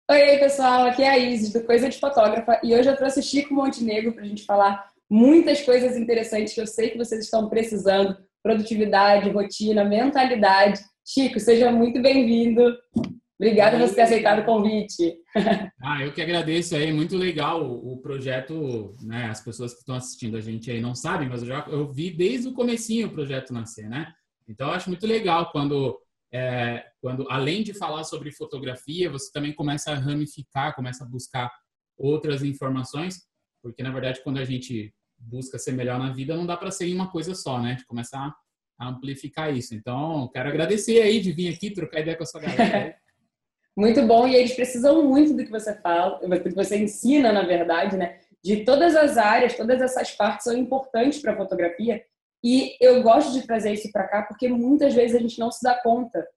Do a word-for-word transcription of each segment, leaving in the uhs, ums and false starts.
Oi, aí, pessoal, aqui é a Isis, do Coisa de Fotógrafa, e hoje eu trouxe o Chico Montenegro para a gente falar muitas coisas interessantes que eu sei que vocês estão precisando: produtividade, rotina, mentalidade. Chico, seja muito bem-vindo. Obrigada por você ter Valeu. aceitado o convite. Ah, eu que agradeço aí, muito legal o, o projeto, né? As pessoas que estão assistindo a gente aí não sabem, mas eu já eu vi desde o comecinho o projeto nascer, né? Então eu acho muito legal quando, é, quando além de falar sobre fotografia, você também começa a ramificar, começa a buscar outras informações, porque na verdade quando a gente busca ser melhor na vida, não dá para ser em uma coisa só, né? A gente começa a, a amplificar isso. Então, quero agradecer aí de vir aqui trocar ideia com a sua galera aí. Muito bom, e eles precisam muito do que você fala, do que você ensina, na verdade, né? De todas as áreas, todas essas partes são importantes para a fotografia, e eu gosto de trazer isso para cá porque muitas vezes a gente não se dá conta.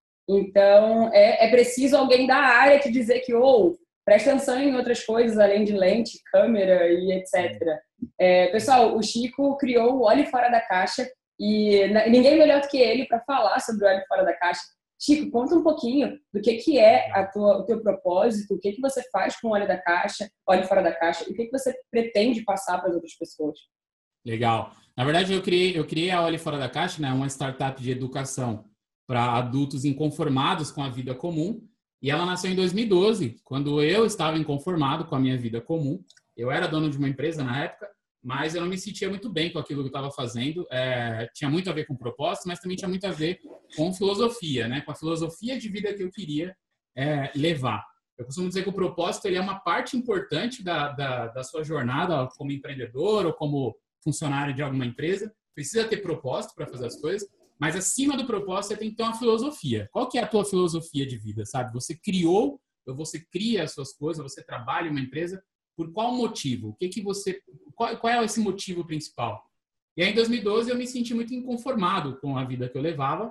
Então, é, é preciso alguém da área te dizer que, ou, oh, presta atenção em outras coisas além de lente, câmera e etcétera. É, pessoal, o Chico criou o Olhe Fora da Caixa e ninguém melhor do que ele para falar sobre o Olhe Fora da Caixa. Chico, conta um pouquinho do que, que é a tua, o teu propósito, o que, que você faz com o Olhe da Caixa, Olhe Fora da Caixa, e o que, que você pretende passar para as outras pessoas. Legal. Na verdade, eu criei, eu criei a Olhe Fora da Caixa, né, uma startup de educação para adultos inconformados com a vida comum. E ela nasceu em dois mil e doze, quando eu estava inconformado com a minha vida comum. Eu era dono de uma empresa na época, mas eu não me sentia muito bem com aquilo que eu estava fazendo. É, tinha muito a ver com propósito, mas também tinha muito a ver com filosofia, né, com a filosofia de vida que eu queria é, levar. Eu costumo dizer que o propósito ele é uma parte importante da, da, da sua jornada como empreendedor ou como funcionário de alguma empresa. Precisa ter propósito para fazer as coisas, mas acima do propósito você tem que ter uma filosofia. Qual que é a tua filosofia de vida, sabe? Você criou, ou você cria as suas coisas, você trabalha em uma empresa, por qual motivo? O que que você, qual, qual é esse motivo principal? E aí em dois mil e doze eu me senti muito inconformado com a vida que eu levava.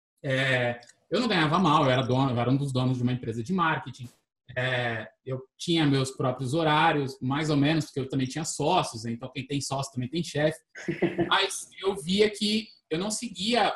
É, eu não ganhava mal, eu era, dono, eu era um dos donos de uma empresa de marketing. É, eu tinha meus próprios horários, mais ou menos, porque eu também tinha sócios, então quem tem sócio também tem chefe. Mas eu via que eu não seguia,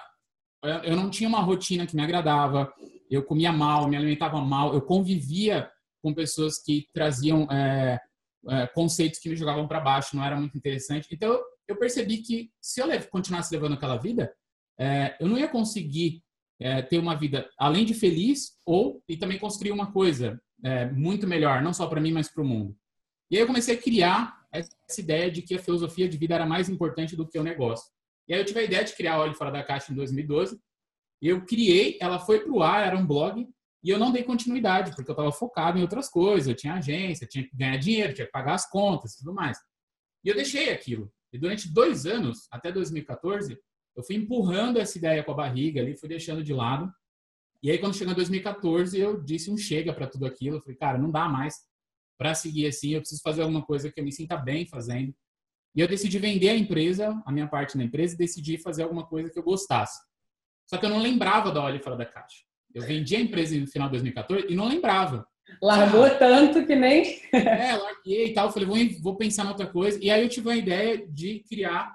eu não tinha uma rotina que me agradava, eu comia mal, me alimentava mal, eu convivia com pessoas que traziam é, é, conceitos que me jogavam para baixo, não era muito interessante. Então eu percebi que se eu continuasse levando aquela vida, é, eu não ia conseguir é, ter uma vida além de feliz ou e também construir uma coisa é, muito melhor, não só para mim, mas para o mundo. E aí eu comecei a criar essa ideia de que a filosofia de vida era mais importante do que o negócio. E aí eu tive a ideia de criar a Olhe Fora da Caixa em dois mil e doze. E eu criei, ela foi para o ar, era um blog, e eu não dei continuidade, porque eu estava focado em outras coisas. Eu tinha agência, tinha que ganhar dinheiro, tinha que pagar as contas e tudo mais. E eu deixei aquilo. E durante dois anos, até dois mil e quatorze, eu fui empurrando essa ideia com a barriga ali, fui deixando de lado. E aí, quando chegou em dois mil e quatorze, eu disse um chega para tudo aquilo. Eu falei, cara, não dá mais para seguir assim, eu preciso fazer alguma coisa que eu me sinta bem fazendo. E eu decidi vender a empresa, a minha parte na empresa, e decidi fazer alguma coisa que eu gostasse. Só que eu não lembrava da Olhe Fora da Caixa. Eu vendi a empresa no final de dois mil e quatorze e não lembrava. Largou Ah, tanto que nem... é, larguei e tal. Falei, vou, vou pensar em outra coisa. E aí eu tive a ideia de criar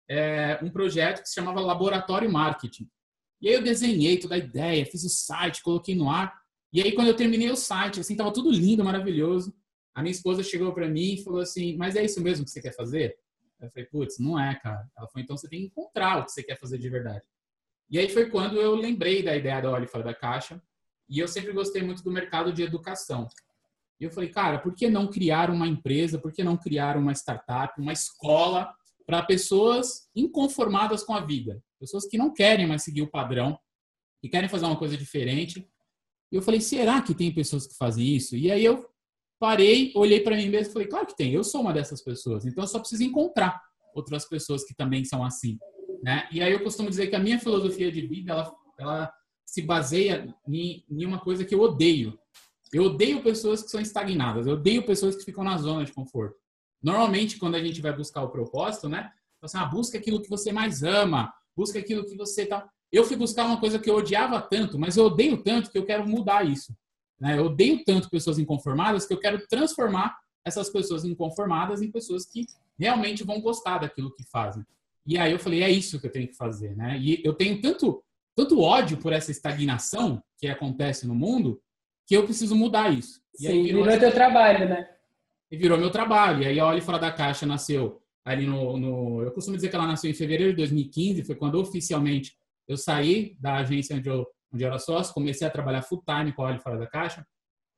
é, um projeto que se chamava Laboratório Marketing. E aí eu desenhei toda a ideia, fiz o site, coloquei no ar. E aí quando eu terminei o site, assim, tava tudo lindo, maravilhoso. A minha esposa chegou para mim e falou assim, mas é isso mesmo que você quer fazer? Eu falei, putz, não é, cara. Ela falou, então você tem que encontrar o que você quer fazer de verdade. E aí foi quando eu lembrei da ideia da Olhe Fora da Caixa. E eu sempre gostei muito do mercado de educação. E eu falei, cara, por que não criar uma empresa? Por que não criar uma startup, uma escola para pessoas inconformadas com a vida? Pessoas que não querem mais seguir o padrão, que querem fazer uma coisa diferente. E eu falei, será que tem pessoas que fazem isso? E aí eu parei, olhei para mim mesmo e falei, claro que tem, eu sou uma dessas pessoas. Então eu só preciso encontrar outras pessoas que também são assim, né? E aí eu costumo dizer que a minha filosofia de vida, ela, ela se baseia em, em uma coisa que eu odeio. Eu odeio pessoas que são estagnadas, eu odeio pessoas que ficam na zona de conforto. Normalmente, quando a gente vai buscar o propósito, né? Assim, ah, busca aquilo que você mais ama, busca aquilo que você tá... Eu fui buscar uma coisa que eu odiava tanto, mas eu odeio tanto que eu quero mudar isso. Né? Eu odeio tanto pessoas inconformadas que eu quero transformar essas pessoas inconformadas em pessoas que realmente vão gostar daquilo que fazem. E aí eu falei, é isso que eu tenho que fazer. Né? E eu tenho tanto, tanto ódio por essa estagnação que acontece no mundo, que eu preciso mudar isso. E Sim, aí virou, virou teu trabalho, né? E virou meu trabalho. E aí a Olhe Fora da Caixa nasceu ali no, no... Eu costumo dizer que ela nasceu em fevereiro de dois mil e quinze, foi quando oficialmente eu saí da agência onde eu, onde eu era sócio, comecei a trabalhar full time com a Olhe Fora da Caixa.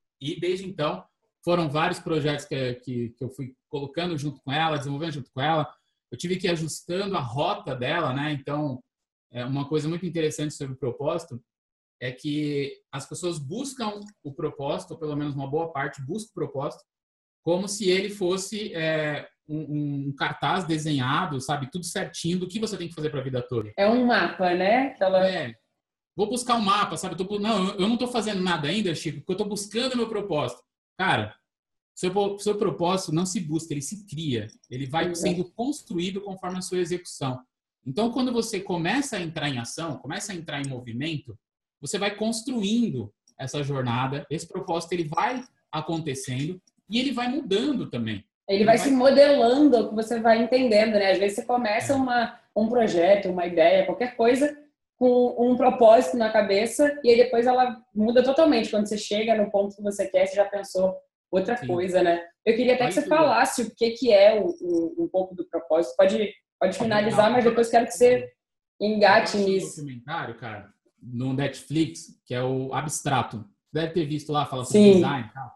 E desde então, foram vários projetos que, que, que eu fui colocando junto com ela, desenvolvendo junto com ela. Eu tive que ir ajustando a rota dela, né? Então, é uma coisa muito interessante sobre o propósito é que as pessoas buscam o propósito, ou pelo menos uma boa parte busca o propósito, como se ele fosse é, um, um cartaz desenhado, sabe? Tudo certinho do que você tem que fazer para a vida toda. É um mapa, né? Aquela... É. Vou buscar um mapa, sabe? Eu tô, não, eu não estou fazendo nada ainda, Chico, porque eu estou buscando o meu propósito. Cara, seu, seu propósito não se busca, ele se cria. Ele vai sendo construído conforme a sua execução. Então, quando você começa a entrar em ação, começa a entrar em movimento, você vai construindo essa jornada, esse propósito ele vai acontecendo e ele vai mudando também. Ele, ele vai, vai se modelando, o que você vai entendendo, né? Às vezes você começa é. uma, um projeto, uma ideia, qualquer coisa, com um propósito na cabeça e aí depois ela muda totalmente. Quando você chega no ponto que você quer, você já pensou outra Sim. coisa, né? Eu queria até Aí que você falasse o que, que é o, o, um pouco do propósito. Pode, pode finalizar, mas depois quero que você engate nisso. Um documentário, cara, no Netflix, que é o Abstrato. Deve ter visto lá, fala sobre design e tal.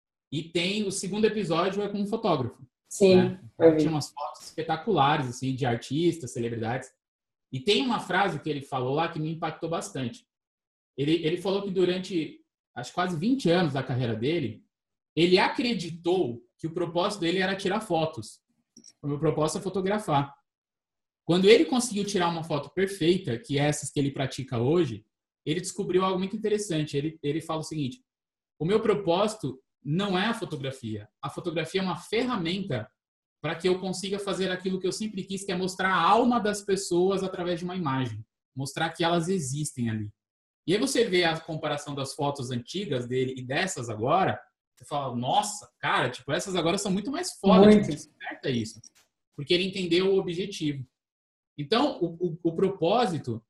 E tem o segundo episódio é com um fotógrafo. Sim, né? Eu tinha umas fotos espetaculares, assim, de artistas, celebridades. E tem uma frase que ele falou lá que me impactou bastante. Ele, ele falou que durante, acho quase vinte anos da carreira dele, ele acreditou que o propósito dele era tirar fotos. O meu propósito é fotografar. Quando ele conseguiu tirar uma foto perfeita, que é essas que ele pratica hoje, ele descobriu algo muito interessante. Ele, ele fala o seguinte, o meu propósito não é a fotografia. A fotografia é uma ferramenta para que eu consiga fazer aquilo que eu sempre quis, que é mostrar a alma das pessoas através de uma imagem. Mostrar que elas existem ali. E aí você vê a comparação das fotos antigas dele e dessas agora, você fala, nossa, cara, tipo, essas agora são muito mais fodas. Tipo, desperta isso. Porque ele entendeu o objetivo. Então, o, o, o propósito,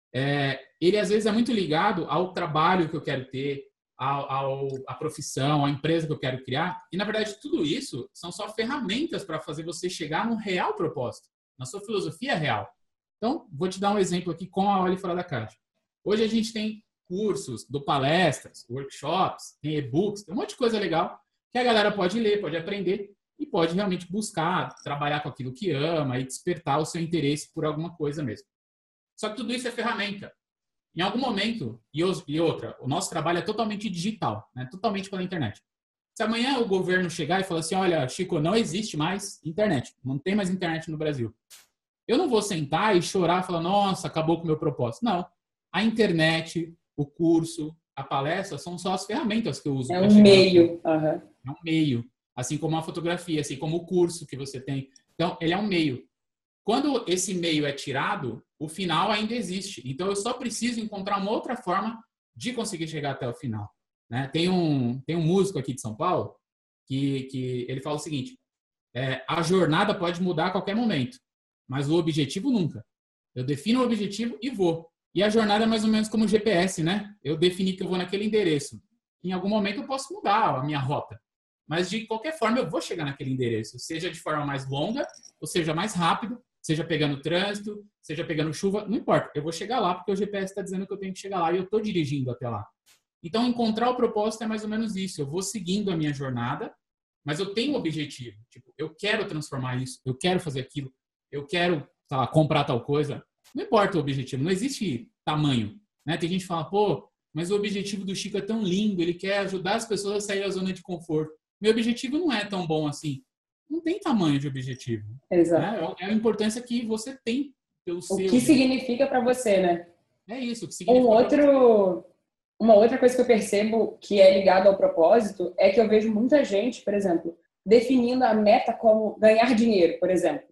é, ele às vezes é muito ligado ao trabalho que eu quero ter, ao, ao, à profissão, à empresa que eu quero criar. E, na verdade, tudo isso são só ferramentas para fazer você chegar no real propósito, na sua filosofia real. Então, vou te dar um exemplo aqui com a Olhe Fora da Caixa. Hoje a gente tem cursos, do palestras, workshops, tem e-books, tem um monte de coisa legal que a galera pode ler, pode aprender e pode realmente buscar trabalhar com aquilo que ama e despertar o seu interesse por alguma coisa mesmo. Só que tudo isso é ferramenta. Em algum momento, e outra, o nosso trabalho é totalmente digital, né? Totalmente pela internet. Se amanhã o governo chegar e falar assim, olha, Chico, não existe mais internet, não tem mais internet no Brasil. Eu não vou sentar e chorar e falar, nossa, acabou com o meu propósito. Não. A internet, o curso, a palestra são só as ferramentas que eu uso. É um meio. Uhum. É um meio. Assim como a fotografia, assim como o curso que você tem. Então, ele é um meio. Quando esse meio é tirado, o final ainda existe. Então, eu só preciso encontrar uma outra forma de conseguir chegar até o final. Né? Tem, um, tem um músico aqui de São Paulo que, que ele fala o seguinte, é, a jornada pode mudar a qualquer momento, mas o objetivo nunca. Eu defino o objetivo e vou. E a jornada é mais ou menos como o G P S, né? Eu defini que eu vou naquele endereço. Em algum momento eu posso mudar a minha rota. Mas, de qualquer forma, eu vou chegar naquele endereço. Seja de forma mais longa, ou seja mais rápido, seja pegando trânsito, seja pegando chuva, não importa. Eu vou chegar lá porque o G P S está dizendo que eu tenho que chegar lá e eu estou dirigindo até lá. Então, encontrar o propósito é mais ou menos isso. Eu vou seguindo a minha jornada, mas eu tenho um objetivo. Tipo, eu quero transformar isso, eu quero fazer aquilo, eu quero, sei lá, comprar tal coisa. Não importa o objetivo, não existe tamanho. Né? Tem gente que fala, pô, mas o objetivo do Chico é tão lindo, ele quer ajudar as pessoas a sair da zona de conforto. Meu objetivo não é tão bom assim. Não tem tamanho de objetivo. Exato. Né? É a importância que você tem pelo seu... O que significa para você, né? É isso. O que significa um outro... Uma outra coisa que eu percebo que é ligada ao propósito é que eu vejo muita gente, por exemplo, definindo a meta como ganhar dinheiro, por exemplo.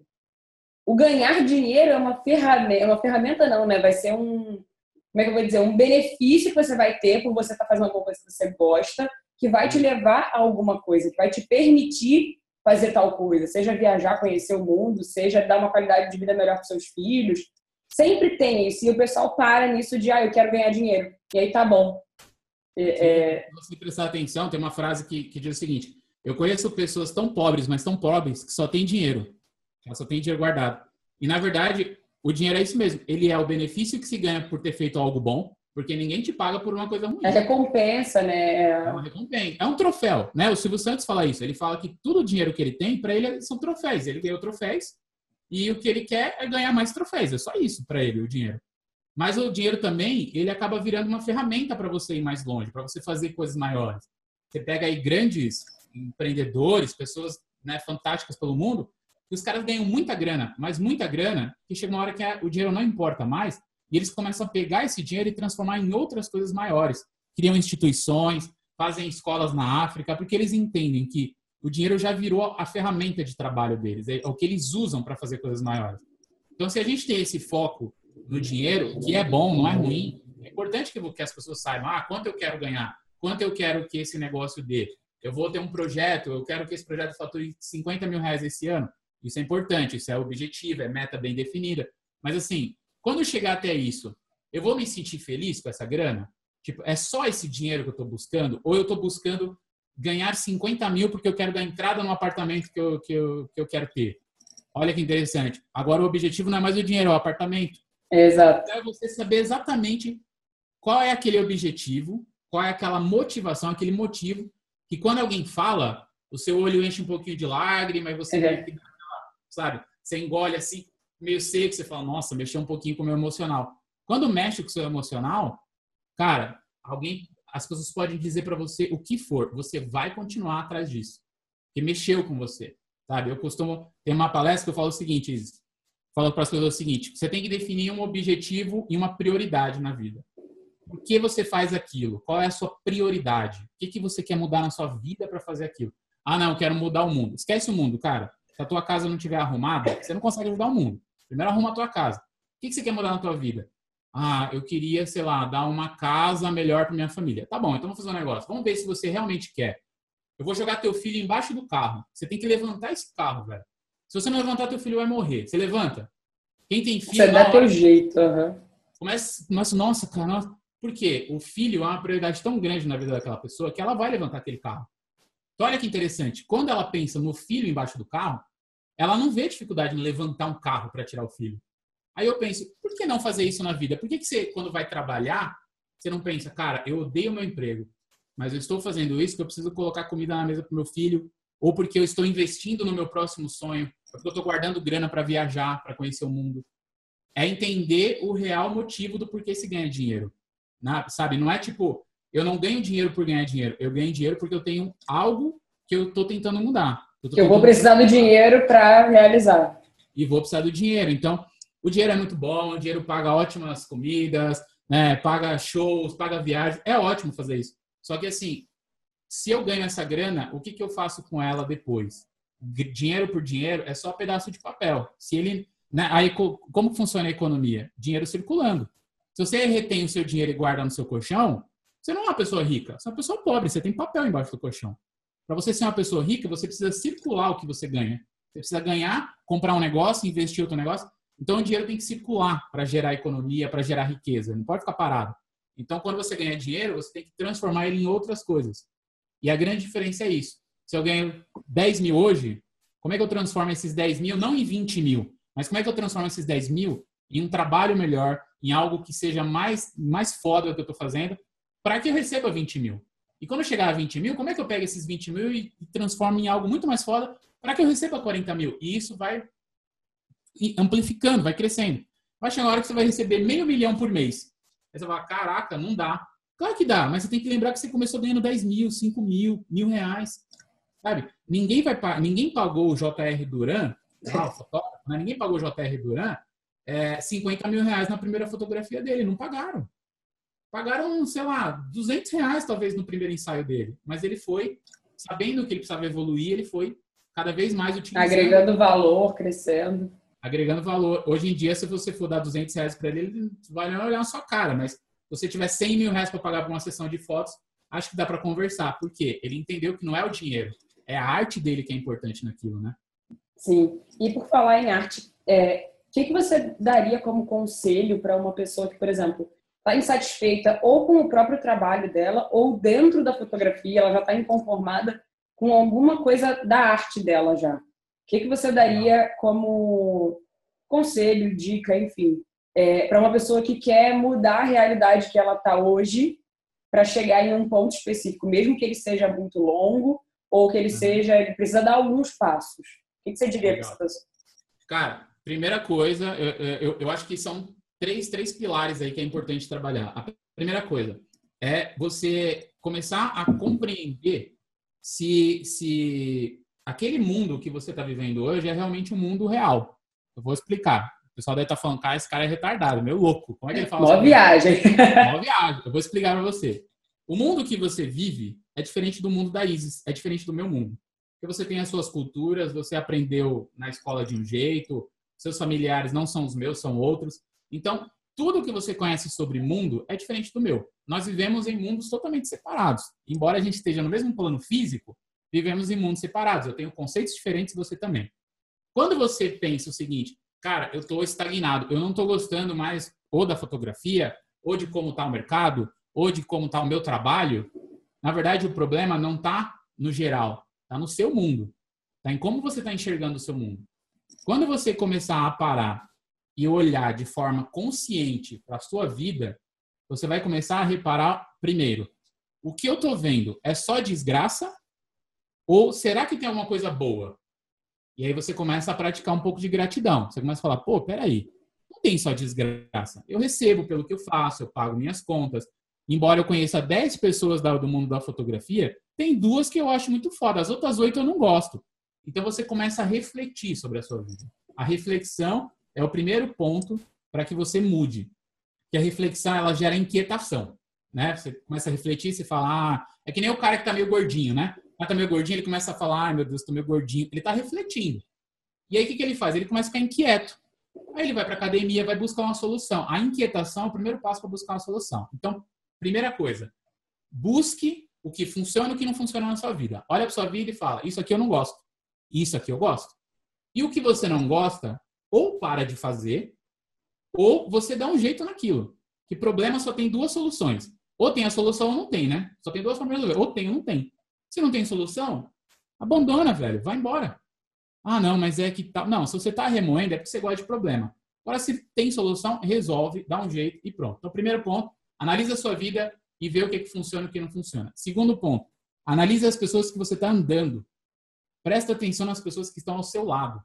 O ganhar dinheiro é uma ferramenta, uma ferramenta não, né? Vai ser um, como é que eu vou dizer, um benefício que você vai ter por você estar fazendo alguma coisa que você gosta, que vai te levar a alguma coisa, que vai te permitir fazer tal coisa, seja viajar, conhecer o mundo, seja dar uma qualidade de vida melhor para seus filhos. Sempre tem isso, e o pessoal para nisso de, ah, eu quero ganhar dinheiro. E aí tá bom. É, Se você prestar atenção, tem uma frase que, que diz o seguinte: eu conheço pessoas tão pobres, mas tão pobres, que só têm dinheiro. Ela só tem dinheiro guardado. E, na verdade, o dinheiro é isso mesmo. Ele é o benefício que se ganha por ter feito algo bom, porque ninguém te paga por uma coisa ruim. é recompensa, né? É uma recompensa. É um troféu, né? O Silvio Santos fala isso. Ele fala que todo o dinheiro que ele tem, para ele, são troféus. Ele ganhou troféus e o que ele quer é ganhar mais troféus. É só isso para ele, o dinheiro. Mas o dinheiro também, ele acaba virando uma ferramenta para você ir mais longe, para você fazer coisas maiores. Você pega aí grandes empreendedores, pessoas, né, fantásticas pelo mundo, que os caras ganham muita grana, mas muita grana, que chega uma hora que o dinheiro não importa mais, e eles começam a pegar esse dinheiro e transformar em outras coisas maiores. Criam instituições, fazem escolas na África, porque eles entendem que o dinheiro já virou a ferramenta de trabalho deles, é o que eles usam para fazer coisas maiores. Então, se a gente tem esse foco no dinheiro, que é bom, não é ruim, é importante que as pessoas saibam, ah, quanto eu quero ganhar, quanto eu quero que esse negócio dê. Eu vou ter um projeto, eu quero que esse projeto fature cinquenta mil reais esse ano. Isso é importante, isso é objetivo, é meta bem definida. Mas assim, quando eu chegar até isso, eu vou me sentir feliz com essa grana? Tipo, é só esse dinheiro que eu estou buscando? Ou eu estou buscando ganhar cinquenta mil porque eu quero dar entrada no apartamento que eu, que, eu, que eu quero ter? Olha que interessante. Agora o objetivo não é mais o dinheiro, é o apartamento. Exato. Então é você saber exatamente qual é aquele objetivo, qual é aquela motivação, aquele motivo, que quando alguém fala, o seu olho enche um pouquinho de lágrima e você, É. sabe, você engole assim, meio seco, você fala, nossa, mexeu um pouquinho com o meu emocional. Quando mexe com o seu emocional, cara, alguém, as pessoas podem dizer para você o que for, você vai continuar atrás disso, porque mexeu com você, sabe? Eu costumo, tem uma palestra que eu falo o seguinte, Isis, falo para as pessoas o seguinte, você tem que definir um objetivo e uma prioridade na vida. Por que você faz aquilo? Qual é a sua prioridade? O que, que você quer mudar na sua vida para fazer aquilo? Ah, não, eu quero mudar o mundo. Esquece o mundo, cara. Se a tua casa não estiver arrumada, você não consegue ajudar o mundo. Primeiro arruma a tua casa. O que, que você quer mudar na tua vida? Ah, eu queria, sei lá, dar uma casa melhor para minha família. Tá bom, então vamos fazer um negócio. Vamos ver se você realmente quer. Eu vou jogar teu filho embaixo do carro. Você tem que levantar esse carro, velho. Se você não levantar, teu filho vai morrer. Você levanta? Quem tem filho... Você dá teu jeito. Uhum. Começa, começa, nossa, cara, nossa. Por quê? O filho é uma prioridade tão grande na vida daquela pessoa que ela vai levantar aquele carro. Então, olha que interessante. Quando ela pensa no filho embaixo do carro, ela não vê dificuldade em levantar um carro para tirar o filho. Aí eu penso, por que não fazer isso na vida? Por que, que você, quando vai trabalhar, você não pensa, cara, eu odeio meu emprego, mas eu estou fazendo isso porque eu preciso colocar comida na mesa para o meu filho, ou porque eu estou investindo no meu próximo sonho, porque eu estou guardando grana para viajar, para conhecer o mundo. É entender o real motivo do porquê se ganha dinheiro. Na, sabe? Não é tipo, eu não ganho dinheiro por ganhar dinheiro, eu ganho dinheiro porque eu tenho algo que eu estou tentando mudar. Eu, eu vou precisar mudar. do dinheiro para realizar. E vou precisar do dinheiro. Então, o dinheiro é muito bom, o dinheiro paga ótimas comidas, né? Paga shows, paga viagens. É ótimo fazer isso. Só que assim, se eu ganho essa grana, o que, que eu faço com ela depois? Dinheiro por dinheiro é só um pedaço de papel. Se ele, né? Aí, como funciona a economia? Dinheiro circulando. Se você retém o seu dinheiro e guarda no seu colchão, você não é uma pessoa rica, você é uma pessoa pobre, você tem papel embaixo do colchão. Para você ser uma pessoa rica, você precisa circular o que você ganha. Você precisa ganhar, comprar um negócio, investir em outro negócio. Então, o dinheiro tem que circular para gerar economia, para gerar riqueza. Não pode ficar parado. Então, quando você ganha dinheiro, você tem que transformar ele em outras coisas. E a grande diferença é isso. Se eu ganho dez mil hoje, como é que eu transformo esses dez mil, não em vinte mil, mas como é que eu transformo esses dez mil em um trabalho melhor, em algo que seja mais, mais foda do que eu estou fazendo, para que eu receba vinte mil. E quando eu chegar a vinte mil, como é que eu pego esses vinte mil e transformo em algo muito mais foda para que eu receba quarenta mil? E isso vai amplificando, vai crescendo. Vai chegar uma hora que você vai receber meio milhão por mês. Aí você vai falar, caraca, não dá. Claro que dá, mas você tem que lembrar que você começou ganhando dez mil, cinco mil, mil reais. Sabe? Ninguém, vai, ninguém pagou o J R Duran, ah, o fotógrafo, né? Ninguém pagou o J R Duran é, cinquenta mil reais na primeira fotografia dele. Não pagaram. Pagaram, sei lá, duzentos reais talvez no primeiro ensaio dele. Mas ele foi, sabendo que ele precisava evoluir, ele foi cada vez mais utilizando. Agregando valor, crescendo. Agregando valor. Hoje em dia, se você for dar duzentos reais para ele, ele vai olhar na sua cara. Mas se você tiver cem mil reais para pagar por uma sessão de fotos, acho que dá para conversar. Por quê? Ele entendeu que não é o dinheiro. É a arte dele que é importante naquilo, né? Sim. E por falar em arte, é, o que, que você daria como conselho para uma pessoa que, por exemplo, está insatisfeita ou com o próprio trabalho dela, ou dentro da fotografia, ela já está inconformada com alguma coisa da arte dela já. O que, que você daria como conselho, dica, enfim, é, para uma pessoa que quer mudar a realidade que ela está hoje para chegar em um ponto específico, mesmo que ele seja muito longo ou que ele uhum. seja, ele precisa dar alguns passos. O que, que você diria para essa pessoa? Cara, primeira coisa, eu, eu, eu acho que são três, três pilares aí que é importante trabalhar. A primeira coisa é você começar a compreender se, se aquele mundo que você está vivendo hoje é realmente um mundo real. Eu vou explicar. O pessoal deve estar falando, cara, esse cara é retardado, meio louco. Como é que ele fala? Mó viagem. Mó viagem. Eu vou explicar para você. O mundo que você vive é diferente do mundo da Isis, é diferente do meu mundo. Porque você tem as suas culturas, você aprendeu na escola de um jeito, seus familiares não são os meus, são outros. Então, tudo que você conhece sobre mundo é diferente do meu. Nós vivemos em mundos totalmente separados. Embora a gente esteja no mesmo plano físico, vivemos em mundos separados. Eu tenho conceitos diferentes, você também. Quando você pensa o seguinte, cara, eu estou estagnado, eu não estou gostando mais ou da fotografia, ou de como está o mercado, ou de como está o meu trabalho, na verdade o problema não está no geral, está no seu mundo. Está em como você está enxergando o seu mundo. Quando você começar a parar e olhar de forma consciente para a sua vida, você vai começar a reparar, primeiro, o que eu estou vendo é só desgraça? Ou será que tem alguma coisa boa? E aí você começa a praticar um pouco de gratidão. Você começa a falar, pô, peraí, não tem só desgraça. Eu recebo pelo que eu faço, eu pago minhas contas. Embora eu conheça dez pessoas do mundo da fotografia, tem duas que eu acho muito foda. As outras oito eu não gosto. Então você começa a refletir sobre a sua vida. A reflexão é o primeiro ponto para que você mude. Que a reflexão, ela gera inquietação, né? Você começa a refletir e você fala, ah, é que nem o cara que tá meio gordinho, né? O cara tá meio gordinho, ele começa a falar, ai meu Deus, tô meio gordinho. Ele tá refletindo. E aí o que, que ele faz? Ele começa a ficar inquieto. Aí ele vai pra academia, vai buscar uma solução. A inquietação é o primeiro passo para buscar uma solução. Então, primeira coisa, busque o que funciona e o que não funciona na sua vida. Olha pra sua vida e fala, isso aqui eu não gosto. Isso aqui eu gosto. E o que você não gosta, ou para de fazer, ou você dá um jeito naquilo. Que problema só tem duas soluções. Ou tem a solução ou não tem, né? Só tem duas formas de resolver. Ou tem ou não tem. Se não tem solução, abandona, velho. Vai embora. Ah, não, mas é que tal. Não, se você tá remoendo é porque você gosta de problema. Agora, se tem solução, resolve, dá um jeito e pronto. Então, primeiro ponto, analisa a sua vida e vê o que, que funciona e o que não funciona. Segundo ponto, analise as pessoas que você está andando. Presta atenção nas pessoas que estão ao seu lado.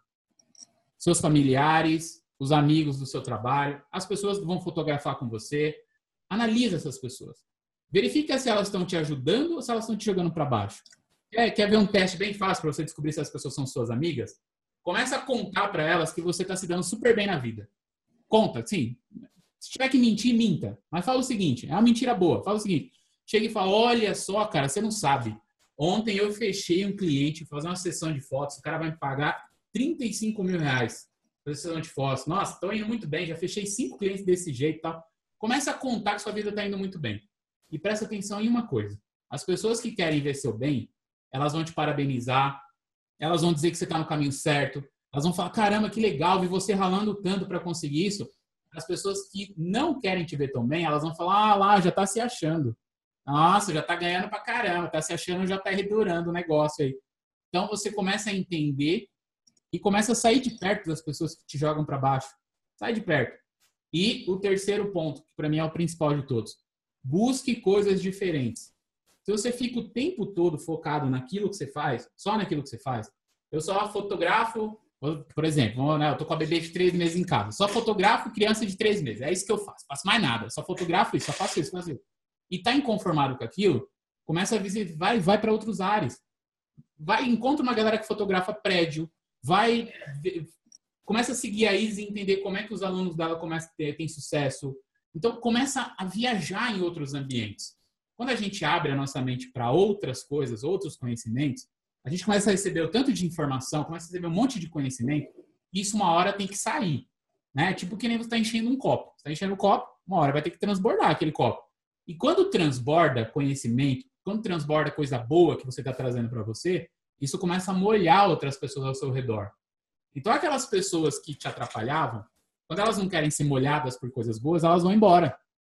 Seus familiares, os amigos do seu trabalho, as pessoas que vão fotografar com você. Analisa essas pessoas. Verifica se elas estão te ajudando ou se elas estão te jogando para baixo. Quer, quer ver um teste bem fácil para você descobrir se as pessoas são suas amigas? Começa a contar para elas que você está se dando super bem na vida. Conta, sim. Se tiver que mentir, minta. Mas fala o seguinte, é uma mentira boa. Fala o seguinte, chega e fala, olha só, cara, você não sabe. Ontem eu fechei um cliente, fazer uma sessão de fotos, o cara vai me pagar trinta e cinco mil reais para sessão de fotos. Nossa, estou indo muito bem, já fechei cinco clientes desse jeito e tal. Começa a contar que sua vida está indo muito bem. E presta atenção em uma coisa. As pessoas que querem ver seu bem, elas vão te parabenizar, elas vão dizer que você está no caminho certo, elas vão falar, caramba, que legal, vi você ralando tanto para conseguir isso. As pessoas que não querem te ver tão bem, elas vão falar, ah lá, já está se achando. Nossa, já está ganhando pra caramba, está se achando, já está redurando o negócio aí. Então você começa a entender e começa a sair de perto das pessoas que te jogam para baixo. Sai de perto. E o terceiro ponto, que para mim é o principal de todos. Busque coisas diferentes. Se você fica o tempo todo focado naquilo que você faz, só naquilo que você faz, eu só fotografo, por exemplo, eu tô com a bebê de três meses em casa, só fotografo criança de três meses. É isso que eu faço. Faço mais nada. Só fotografo isso, só faço isso, faço isso. E tá inconformado com aquilo, começa a visitar, vai, vai para outros ares. Vai, encontra uma galera que fotografa prédio, vai, começa a seguir a Isis e entender como é que os alunos dela começam a ter, tem sucesso. Então, começa a viajar em outros ambientes. Quando a gente abre a nossa mente para outras coisas, outros conhecimentos, a gente começa a receber o tanto de informação, começa a receber um monte de conhecimento, e isso uma hora tem que sair. Né? Tipo que nem você está enchendo um copo. Você está enchendo um copo, uma hora vai ter que transbordar aquele copo. E quando transborda conhecimento, quando transborda coisa boa que você está trazendo para você, isso começa a molhar outras pessoas ao seu redor. Então, aquelas pessoas que te atrapalhavam, quando elas não querem ser molhadas por coisas boas, elas vão embora.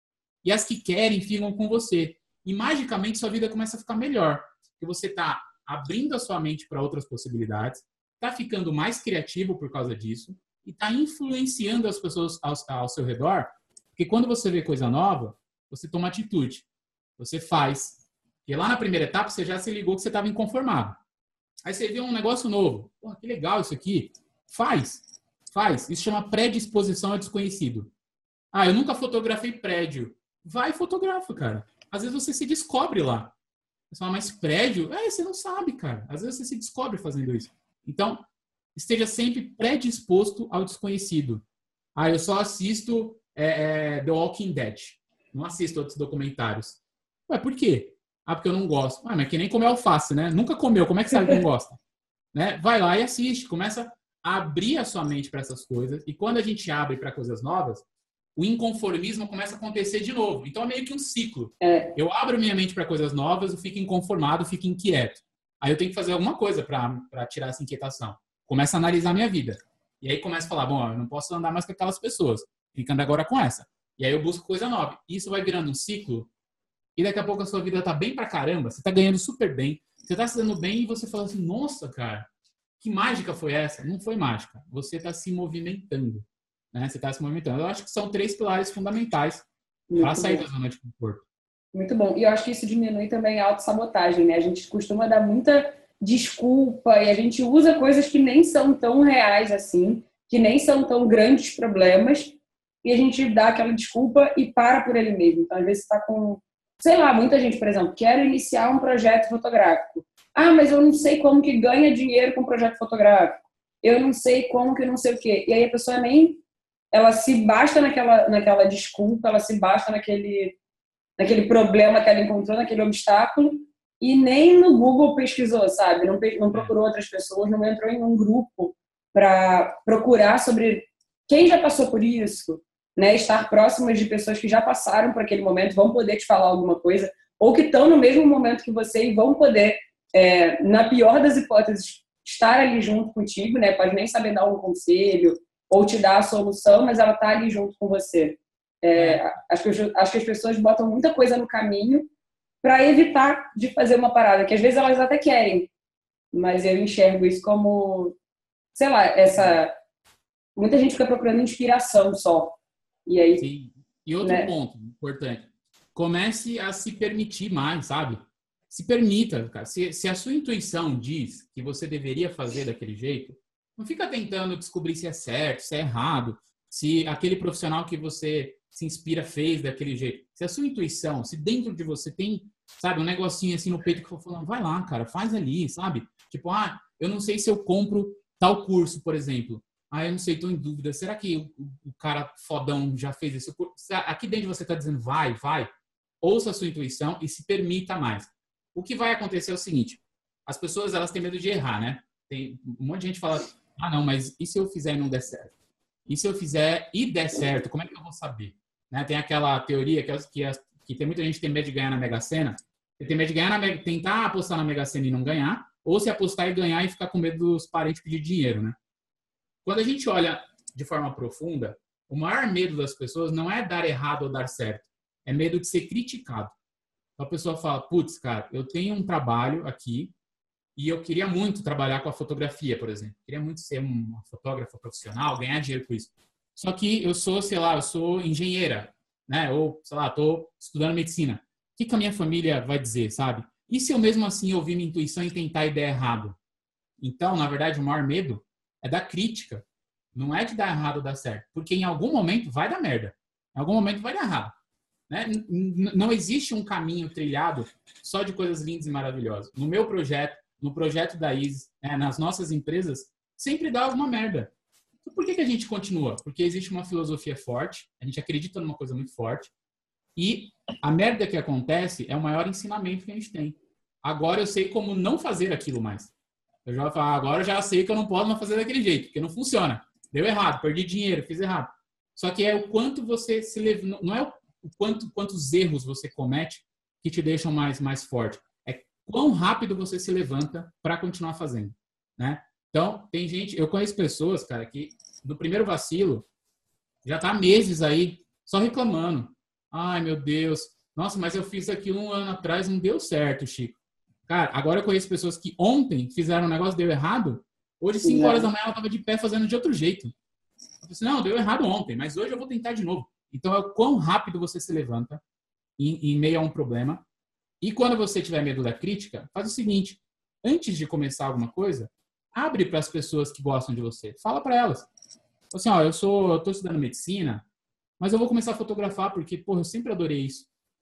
E as que querem ficam com você. E magicamente sua vida começa a ficar melhor. Porque você está abrindo a sua mente para outras possibilidades, está ficando mais criativo por causa disso e está influenciando as pessoas ao, ao seu redor. Porque quando você vê coisa nova, você toma atitude. Você faz. E lá na primeira etapa você já se ligou que você estava inconformado. Aí você vê um negócio novo. Pô, que legal isso aqui. Faz. Faz. Isso chama predisposição ao desconhecido. Ah, eu nunca fotografei prédio. Vai e fotografa, cara. Às vezes você se descobre lá. Você fala, mas prédio? É, você não sabe, cara. Às vezes você se descobre fazendo isso. Então, esteja sempre predisposto ao desconhecido. Ah, eu só assisto é, é, The Walking Dead. Não assisto outros documentários. Ué, por quê? Ah, porque eu não gosto. Ah, mas é que nem comer alface, né? Nunca comeu. Como é que sabe que não gosta? Né? Vai lá e assiste. Começa a abrir a sua mente para essas coisas. E quando a gente abre para coisas novas, o inconformismo começa a acontecer de novo. Então é meio que um ciclo. É. Eu abro minha mente para coisas novas, eu fico inconformado, fico inquieto. Aí eu tenho que fazer alguma coisa para tirar essa inquietação. Começo a analisar a minha vida. E aí começo a falar, bom, eu não posso andar mais com aquelas pessoas. Fico andando agora com essa. E aí eu busco coisa nova. Isso vai virando um ciclo. E daqui a pouco a sua vida tá bem pra caramba. Você tá ganhando super bem. Você tá se dando bem e você fala assim, nossa, cara, que mágica foi essa? Não foi mágica. Você tá se movimentando. Né? Você está se movimentando. Eu acho que são três pilares fundamentais para sair da zona de conforto. Muito bom. E eu acho que isso diminui também a autossabotagem, né? A gente costuma dar muita desculpa e a gente usa coisas que nem são tão reais assim, que nem são tão grandes problemas, e a gente dá aquela desculpa e para por ele mesmo. Então, às vezes, você está com... Sei lá, muita gente, por exemplo, quer iniciar um projeto fotográfico. Ah, mas eu não sei como que ganha dinheiro com projeto fotográfico. Eu não sei como que não sei o quê. E aí a pessoa nem... ela se basta naquela, naquela desculpa, ela se basta naquele, naquele problema que ela encontrou, naquele obstáculo, e nem no Google pesquisou, sabe? Não, não procurou outras pessoas, não entrou em um grupo para procurar sobre quem já passou por isso, né? Estar próximas de pessoas que já passaram por aquele momento, vão poder te falar alguma coisa, ou que estão no mesmo momento que você e vão poder, é, na pior das hipóteses, estar ali junto contigo, né? Pode nem saber dar um conselho, ou te dar a solução, mas ela tá ali junto com você. É, acho, que, acho que as pessoas botam muita coisa no caminho para evitar de fazer uma parada, que às vezes elas até querem, mas eu enxergo isso como, sei lá, essa... Muita gente fica procurando inspiração só. E aí... Sim. E outro né? ponto importante, comece a se permitir mais, sabe? Se permita, cara. Se, se a sua intuição diz que você deveria fazer daquele jeito, não fica tentando descobrir se é certo, se é errado, se aquele profissional que você se inspira fez daquele jeito. Se a sua intuição, se dentro de você tem, sabe, um negocinho assim no peito que for falando, vai lá, cara, faz ali, sabe? Tipo, ah, eu não sei se eu compro tal curso, por exemplo. Ah, eu não sei, estou em dúvida. Será que o, o cara fodão já fez esse curso? Aqui dentro você está dizendo, vai, vai. Ouça a sua intuição e se permita mais. O que vai acontecer é o seguinte, as pessoas, elas têm medo de errar, né? Tem um monte de gente fala, ah, não, mas e se eu fizer e não der certo? E se eu fizer e der certo, como é que eu vou saber? Né? Tem aquela teoria que, que, que tem muita gente que tem medo de ganhar na Mega Sena. Tem medo de ganhar na, tentar apostar na Mega Sena e não ganhar, ou se apostar e ganhar e ficar com medo dos parentes pedir dinheiro, né? Quando a gente olha de forma profunda, o maior medo das pessoas não é dar errado ou dar certo, é medo de ser criticado. Então a pessoa fala, putz, cara, eu tenho um trabalho aqui e eu queria muito trabalhar com a fotografia, por exemplo. Queria muito ser uma fotógrafa profissional, ganhar dinheiro com isso. Só que eu sou, sei lá, eu sou engenheira, né? Ou, sei lá, estou estudando medicina. O que, que a minha família vai dizer, sabe? E se eu mesmo assim ouvir minha intuição e tentar e der errado? Então, na verdade, o maior medo é da crítica. Não é de dar errado ou dar certo. Porque em algum momento vai dar merda. Em algum momento vai dar errado. Né? Não existe um caminho trilhado só de coisas lindas e maravilhosas. No meu projeto, no projeto da Isis, né, nas nossas empresas, sempre dá alguma merda. Então, por que, que a gente continua? Porque existe uma filosofia forte, a gente acredita numa coisa muito forte, e a merda que acontece é o maior ensinamento que a gente tem. Agora eu sei como não fazer aquilo mais. Eu já vou falar, agora eu já sei que eu não posso mais fazer daquele jeito, porque não funciona. Deu errado, perdi dinheiro, fiz errado. Só que é o quanto você se leva, não é o quanto, quantos erros você comete que te deixam mais, mais forte. É quão rápido você se levanta para continuar fazendo, né? Então, tem gente, eu conheço pessoas, cara, que no primeiro vacilo já tá meses aí só reclamando. Ai, meu Deus. Nossa, mas eu fiz aquilo um ano atrás, não deu certo, Chico. Cara, agora eu conheço pessoas que ontem fizeram um negócio, deu errado. Hoje, cinco horas da manhã, ela estava de pé fazendo de outro jeito. Eu falei assim, não, deu errado ontem, mas hoje eu vou tentar de novo. Então, é o quão rápido você se levanta em, em meio a um problema. E quando você tiver medo da crítica, faz o seguinte, antes de começar alguma coisa, abre para as pessoas que gostam de você. Fala para elas. Assim, ó, eu sou, eu tô estudando medicina, mas eu vou começar a fotografar porque, porra, eu sempre adorei isso.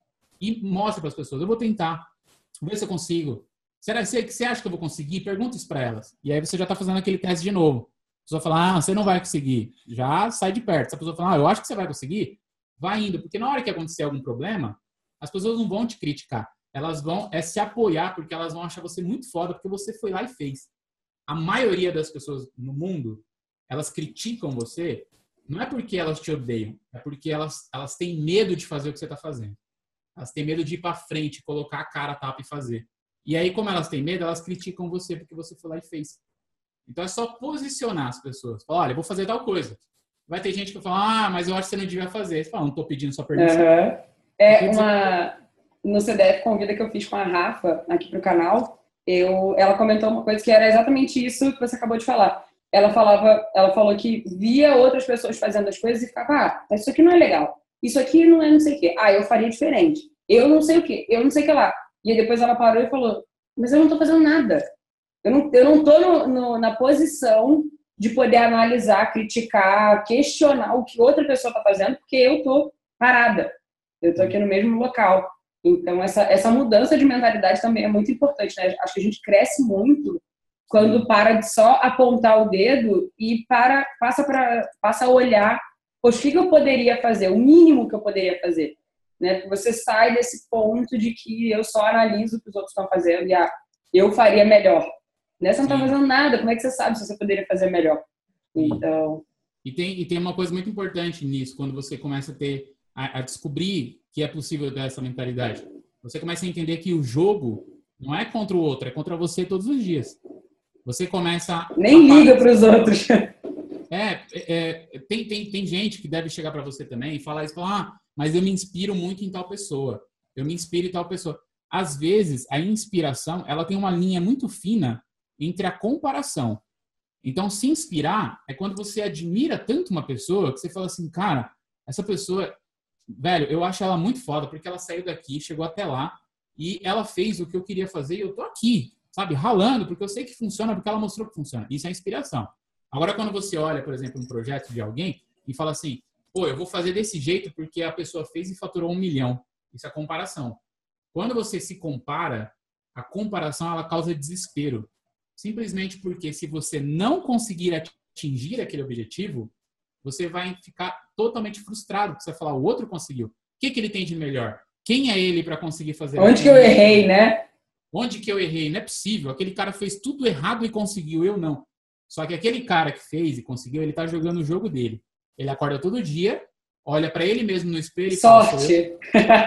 E mostra para as pessoas, eu vou tentar, vou ver se eu consigo. Será que você acha que eu vou conseguir? Pergunta isso para elas. E aí você já está fazendo aquele teste de novo. A pessoa fala, ah, você não vai conseguir. Já sai de perto. Se a pessoa fala, ah, eu acho que você vai conseguir, vai indo. Porque na hora que acontecer algum problema, as pessoas não vão te criticar. Elas vão é se apoiar porque elas vão achar você muito foda porque você foi lá e fez. A maioria das pessoas no mundo, elas criticam você, não é porque elas te odeiam, é porque elas, elas têm medo de fazer o que você está fazendo. Elas têm medo de ir para frente, colocar a cara a tapa e fazer. E aí, como elas têm medo, elas criticam você porque você foi lá e fez. Então, é só posicionar as pessoas. Falar, olha, eu vou fazer tal coisa. Vai ter gente que fala, ah, mas eu acho que você não devia fazer. Você fala, não estou pedindo sua permissão. Uhum. É uma... No C D F Convida que eu fiz com a Rafa, aqui pro canal, eu... ela comentou uma coisa que era exatamente isso que você acabou de falar. Ela falava, ela falou que via outras pessoas fazendo as coisas e ficava, ah, isso aqui não é legal. Isso aqui não é não sei o quê. Ah, eu faria diferente. Eu não sei o quê. Eu não sei o que lá. E aí depois ela parou e falou, mas eu não tô fazendo nada. Eu não, eu não tô no, no, na posição de poder analisar, criticar, questionar o que outra pessoa tá fazendo, porque eu tô parada. Eu tô aqui no mesmo local. Então, essa, essa mudança de mentalidade também é muito importante, né? Acho que a gente cresce muito quando para de só apontar o dedo e para, passa, pra, passa a olhar, poxa, o que eu poderia fazer? O mínimo que eu poderia fazer. Né? Você sai desse ponto de que eu só analiso o que os outros estão fazendo e ah, eu faria melhor. Né? Você não está fazendo nada, como é que você sabe se você poderia fazer melhor? Então... E tem, e tem uma coisa muito importante nisso, quando você começa a ter a, a descobrir que é possível ter essa mentalidade. Você começa a entender que o jogo não é contra o outro, é contra você todos os dias. Você começa... Nem a... liga para os outros. É, é tem, tem, tem gente que deve chegar para você também e falar isso, falar, ah, mas eu me inspiro muito em tal pessoa. Eu me inspiro em tal pessoa. Às vezes, a inspiração, ela tem uma linha muito fina entre a comparação. Então, se inspirar é quando você admira tanto uma pessoa que você fala assim, cara, essa pessoa, velho, eu acho ela muito foda porque ela saiu daqui, chegou até lá e ela fez o que eu queria fazer e eu tô aqui, sabe, ralando, porque eu sei que funciona, porque ela mostrou que funciona. Isso é inspiração. Agora, quando você olha, por exemplo, um projeto de alguém e fala assim, pô, eu vou fazer desse jeito porque a pessoa fez e faturou um milhão. Isso é comparação. Quando você se compara, a comparação, ela causa desespero. Simplesmente porque se você não conseguir atingir aquele objetivo, você vai ficar totalmente frustrado, porque você vai falar, o outro conseguiu. O que, que ele tem de melhor? Quem é ele para conseguir fazer? Onde que eu errei, né? Onde que eu errei? Não é possível. Aquele cara fez tudo errado e conseguiu, eu não. Só que aquele cara que fez e conseguiu, ele tá jogando o jogo dele. Ele acorda todo dia, olha para ele mesmo no espelho e fala, sorte!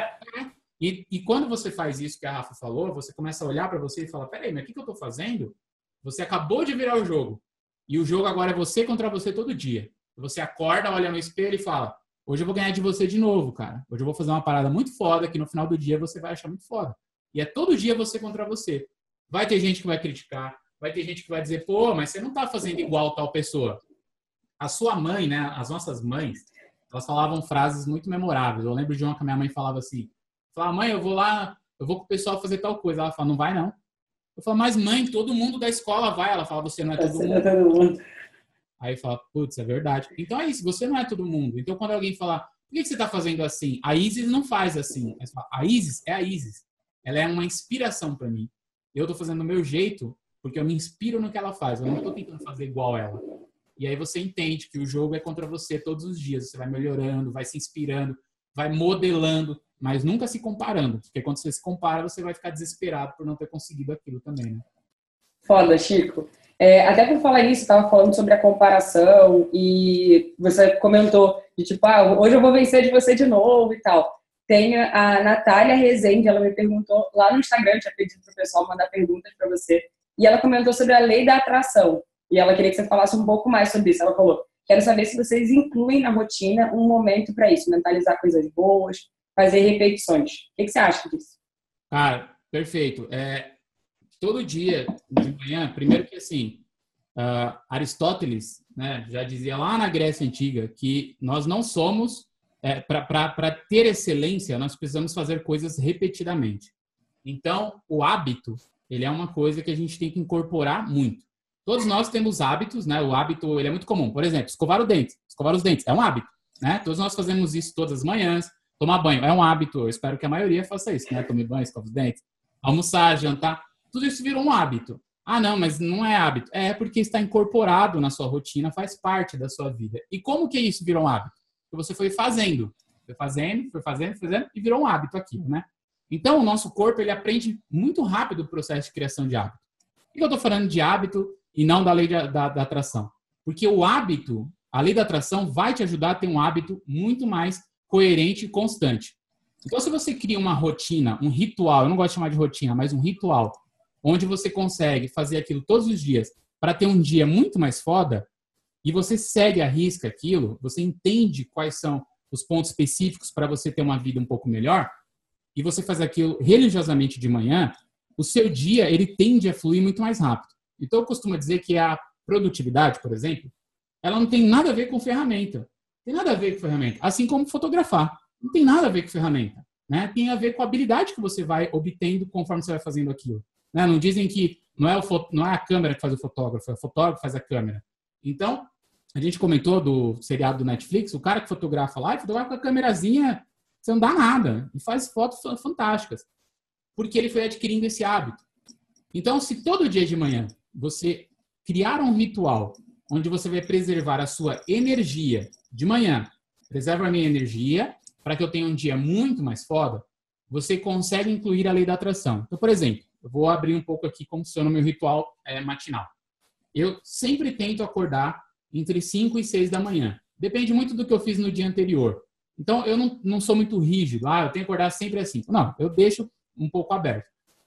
e, e quando você faz isso que a Rafa falou, você começa a olhar para você e fala, peraí, mas o que, que eu tô fazendo? Você acabou de virar o jogo. E o jogo agora é você contra você todo dia. Você acorda, olha no espelho e fala, hoje eu vou ganhar de você de novo, cara. Hoje eu vou fazer uma parada muito foda que no final do dia você vai achar muito foda. E é todo dia você contra você. Vai ter gente que vai criticar, vai ter gente que vai dizer, pô, mas você não tá fazendo igual tal pessoa. A sua mãe, né, as nossas mães, elas falavam frases muito memoráveis. Eu lembro de uma que a minha mãe falava assim, falava, mãe, eu vou lá, eu vou com o pessoal fazer tal coisa. Ela fala, não vai não. Eu falo, mas mãe, todo mundo da escola vai. Ela fala, você não é todo você mundo. Não é todo mundo. Aí fala, putz, é verdade. Então é isso, você não é todo mundo. Então quando alguém falar, por que você está fazendo assim? A Isis não faz assim. A Isis é a Isis. Ela é uma inspiração para mim. Eu estou fazendo do meu jeito porque eu me inspiro no que ela faz. Eu não estou tentando fazer igual ela. E aí você entende que o jogo é contra você todos os dias. Você vai melhorando, vai se inspirando, vai modelando, mas nunca se comparando. Porque quando você se compara, você vai ficar desesperado por não ter conseguido aquilo também, né? Foda, Chico. É, até por falar nisso, estava falando sobre a comparação e você comentou de tipo, ah, hoje eu vou vencer de você de novo e tal. Tem a Natália Rezende, ela me perguntou lá no Instagram, eu tinha pedido para o pessoal mandar perguntas para você, e ela comentou sobre a lei da atração. E ela queria que você falasse um pouco mais sobre isso. Ela falou, quero saber se vocês incluem na rotina um momento para isso, mentalizar coisas boas, fazer repetições. O que, que você acha disso? Cara, perfeito. É, todo dia de manhã, primeiro que assim, uh, Aristóteles, né, já dizia lá na Grécia Antiga que nós não somos, é, para ter excelência, nós precisamos fazer coisas repetidamente. Então, o hábito, ele é uma coisa que a gente tem que incorporar muito. Todos nós temos hábitos, né? O hábito, ele é muito comum. Por exemplo, escovar o dente. Escovar os dentes é um hábito, né? Todos nós fazemos isso todas as manhãs. Tomar banho é um hábito. Eu espero que a maioria faça isso, né? Tome banho, escova os dentes. Almoçar, jantar. Tudo isso virou um hábito. Ah, não, mas não é hábito. É porque está incorporado na sua rotina, faz parte da sua vida. E como que isso virou um hábito? Porque você foi fazendo. Foi fazendo, foi fazendo, foi fazendo e virou um hábito aquilo, né? Então, o nosso corpo, ele aprende muito rápido o processo de criação de hábito. Por que eu estou falando de hábito e não da lei da, da, da atração? Porque o hábito, a lei da atração vai te ajudar a ter um hábito muito mais coerente e constante. Então, se você cria uma rotina, um ritual, eu não gosto de chamar de rotina, mas um ritual, onde você consegue fazer aquilo todos os dias para ter um dia muito mais foda, e você segue à risca aquilo, você entende quais são os pontos específicos para você ter uma vida um pouco melhor, e você faz aquilo religiosamente de manhã, o seu dia, ele tende a fluir muito mais rápido. Então, eu costumo dizer que a produtividade, por exemplo, ela não tem nada a ver com ferramenta. Tem nada a ver com ferramenta. Assim como fotografar. Não tem nada a ver com ferramenta. Né? Tem a ver com a habilidade que você vai obtendo conforme você vai fazendo aquilo. Né? Não dizem que não é, o fo- não é a câmera que faz o fotógrafo, é o fotógrafo que faz a câmera. Então, a gente comentou do seriado do Netflix, o cara que fotografa lá, ele fotografa com a câmerazinha, você não dá nada, e faz fotos fantásticas, porque ele foi adquirindo esse hábito. Então, se todo dia de manhã você criar um ritual onde você vai preservar a sua energia de manhã, preserva a minha energia para que eu tenha um dia muito mais foda, você consegue incluir a lei da atração. Então, por exemplo, eu vou abrir um pouco aqui como funciona o meu ritual é, matinal. Eu sempre tento acordar entre cinco e seis da manhã. Depende muito do que eu fiz no dia anterior. Então, eu não, não sou muito rígido. Ah, eu tenho que acordar sempre às cinco. Não, eu deixo um pouco aberto.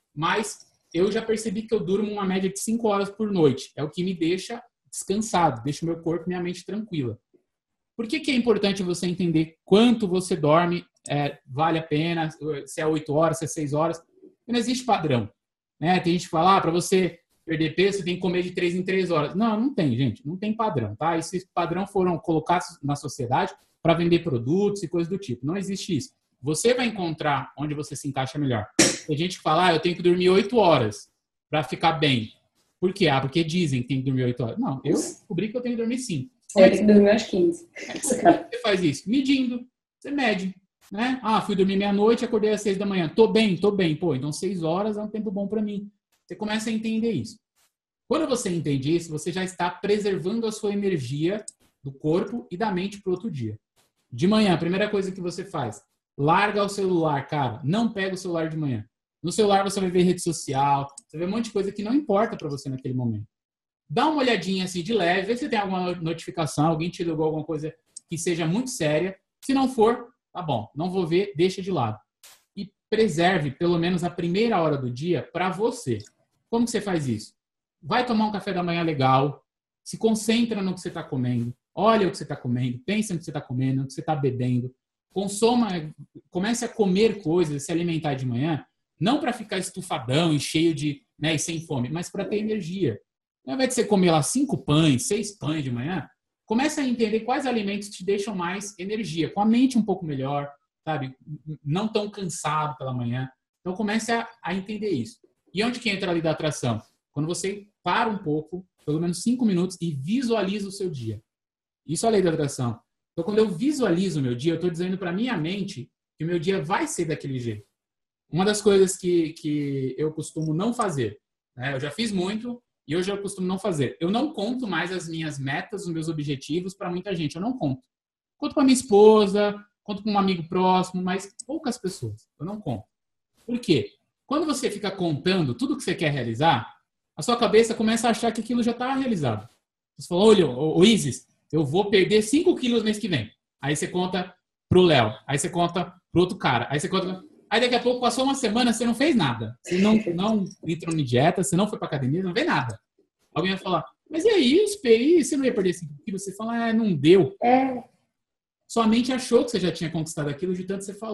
Mas eu já percebi que eu durmo uma média de cinco horas por noite. É o que me deixa descansado, deixa o meu corpo e minha mente tranquila. Por que que é importante você entender quanto você dorme, é, vale a pena, se é oito horas, se é seis horas? Porque não existe padrão. Né? Tem gente que fala, ah, para você perder peso, você tem que comer de três em três horas. Não, não tem, gente. Não tem padrão, tá? Esses padrão foram colocados na sociedade para vender produtos e coisas do tipo. Não existe isso. Você vai encontrar onde você se encaixa melhor. Tem gente que fala, ah, eu tenho que dormir oito horas para ficar bem. Por quê? Ah, porque dizem que tem que dormir oito horas. Não, eu descobri que eu tenho que dormir cinco. Eu tenho que dormir às quinze. Como você faz isso? Medindo. Você mede. Né? Ah, fui dormir meia-noite e acordei às seis da manhã. Tô bem, tô bem. Pô, então seis horas é um tempo bom para mim. Você começa a entender isso. Quando você entende isso, você já está preservando a sua energia do corpo e da mente para o outro dia. De manhã, a primeira coisa que você faz, larga o celular, cara. Não pega o celular de manhã. No celular você vai ver rede social, você vai ver um monte de coisa que não importa para você naquele momento. Dá uma olhadinha assim de leve, vê se tem alguma notificação, alguém te ligou alguma coisa que seja muito séria. Se não for, tá bom, não vou ver, deixa de lado. E preserve pelo menos a primeira hora do dia para você. Como que você faz isso? Vai tomar um café da manhã legal, se concentra no que você está comendo, olha o que você está comendo, pensa no que você está comendo, no que você está bebendo, consoma, comece a comer coisas, se alimentar de manhã, não para ficar estufadão e cheio de, né, e sem fome, mas para ter energia. Ao invés de você comer lá cinco pães, seis pães de manhã, comece a entender quais alimentos te deixam mais energia, com a mente um pouco melhor, sabe? Não tão cansado pela manhã. Então comece a, a entender isso. E onde que entra a lei da atração? Quando você para um pouco, pelo menos cinco minutos, e visualiza o seu dia. Isso é a lei da atração. Então, quando eu visualizo o meu dia, eu estou dizendo para minha mente que o meu dia vai ser daquele jeito. Uma das coisas que, que eu costumo não fazer, né? Eu já fiz muito e hoje eu costumo não fazer. Eu não conto mais as minhas metas, os meus objetivos para muita gente. Eu não conto. Conto para minha esposa, conto para um amigo próximo, mas poucas pessoas. Eu não conto. Por quê? Quando você fica contando tudo que você quer realizar, a sua cabeça começa a achar que aquilo já está realizado. Você fala, olha, ô Isis, eu vou perder cinco quilos mês que vem. Aí você conta pro Léo. Aí você conta pro outro cara. Aí você conta... Aí daqui a pouco passou uma semana, você não fez nada. Você não, não entrou em dieta, você não foi pra academia, não fez nada. Alguém vai falar, mas e aí, os P I, você não ia perder cinco quilos? Você fala, ah, não deu. É. Sua mente achou que você já tinha conquistado aquilo de tanto que você falou.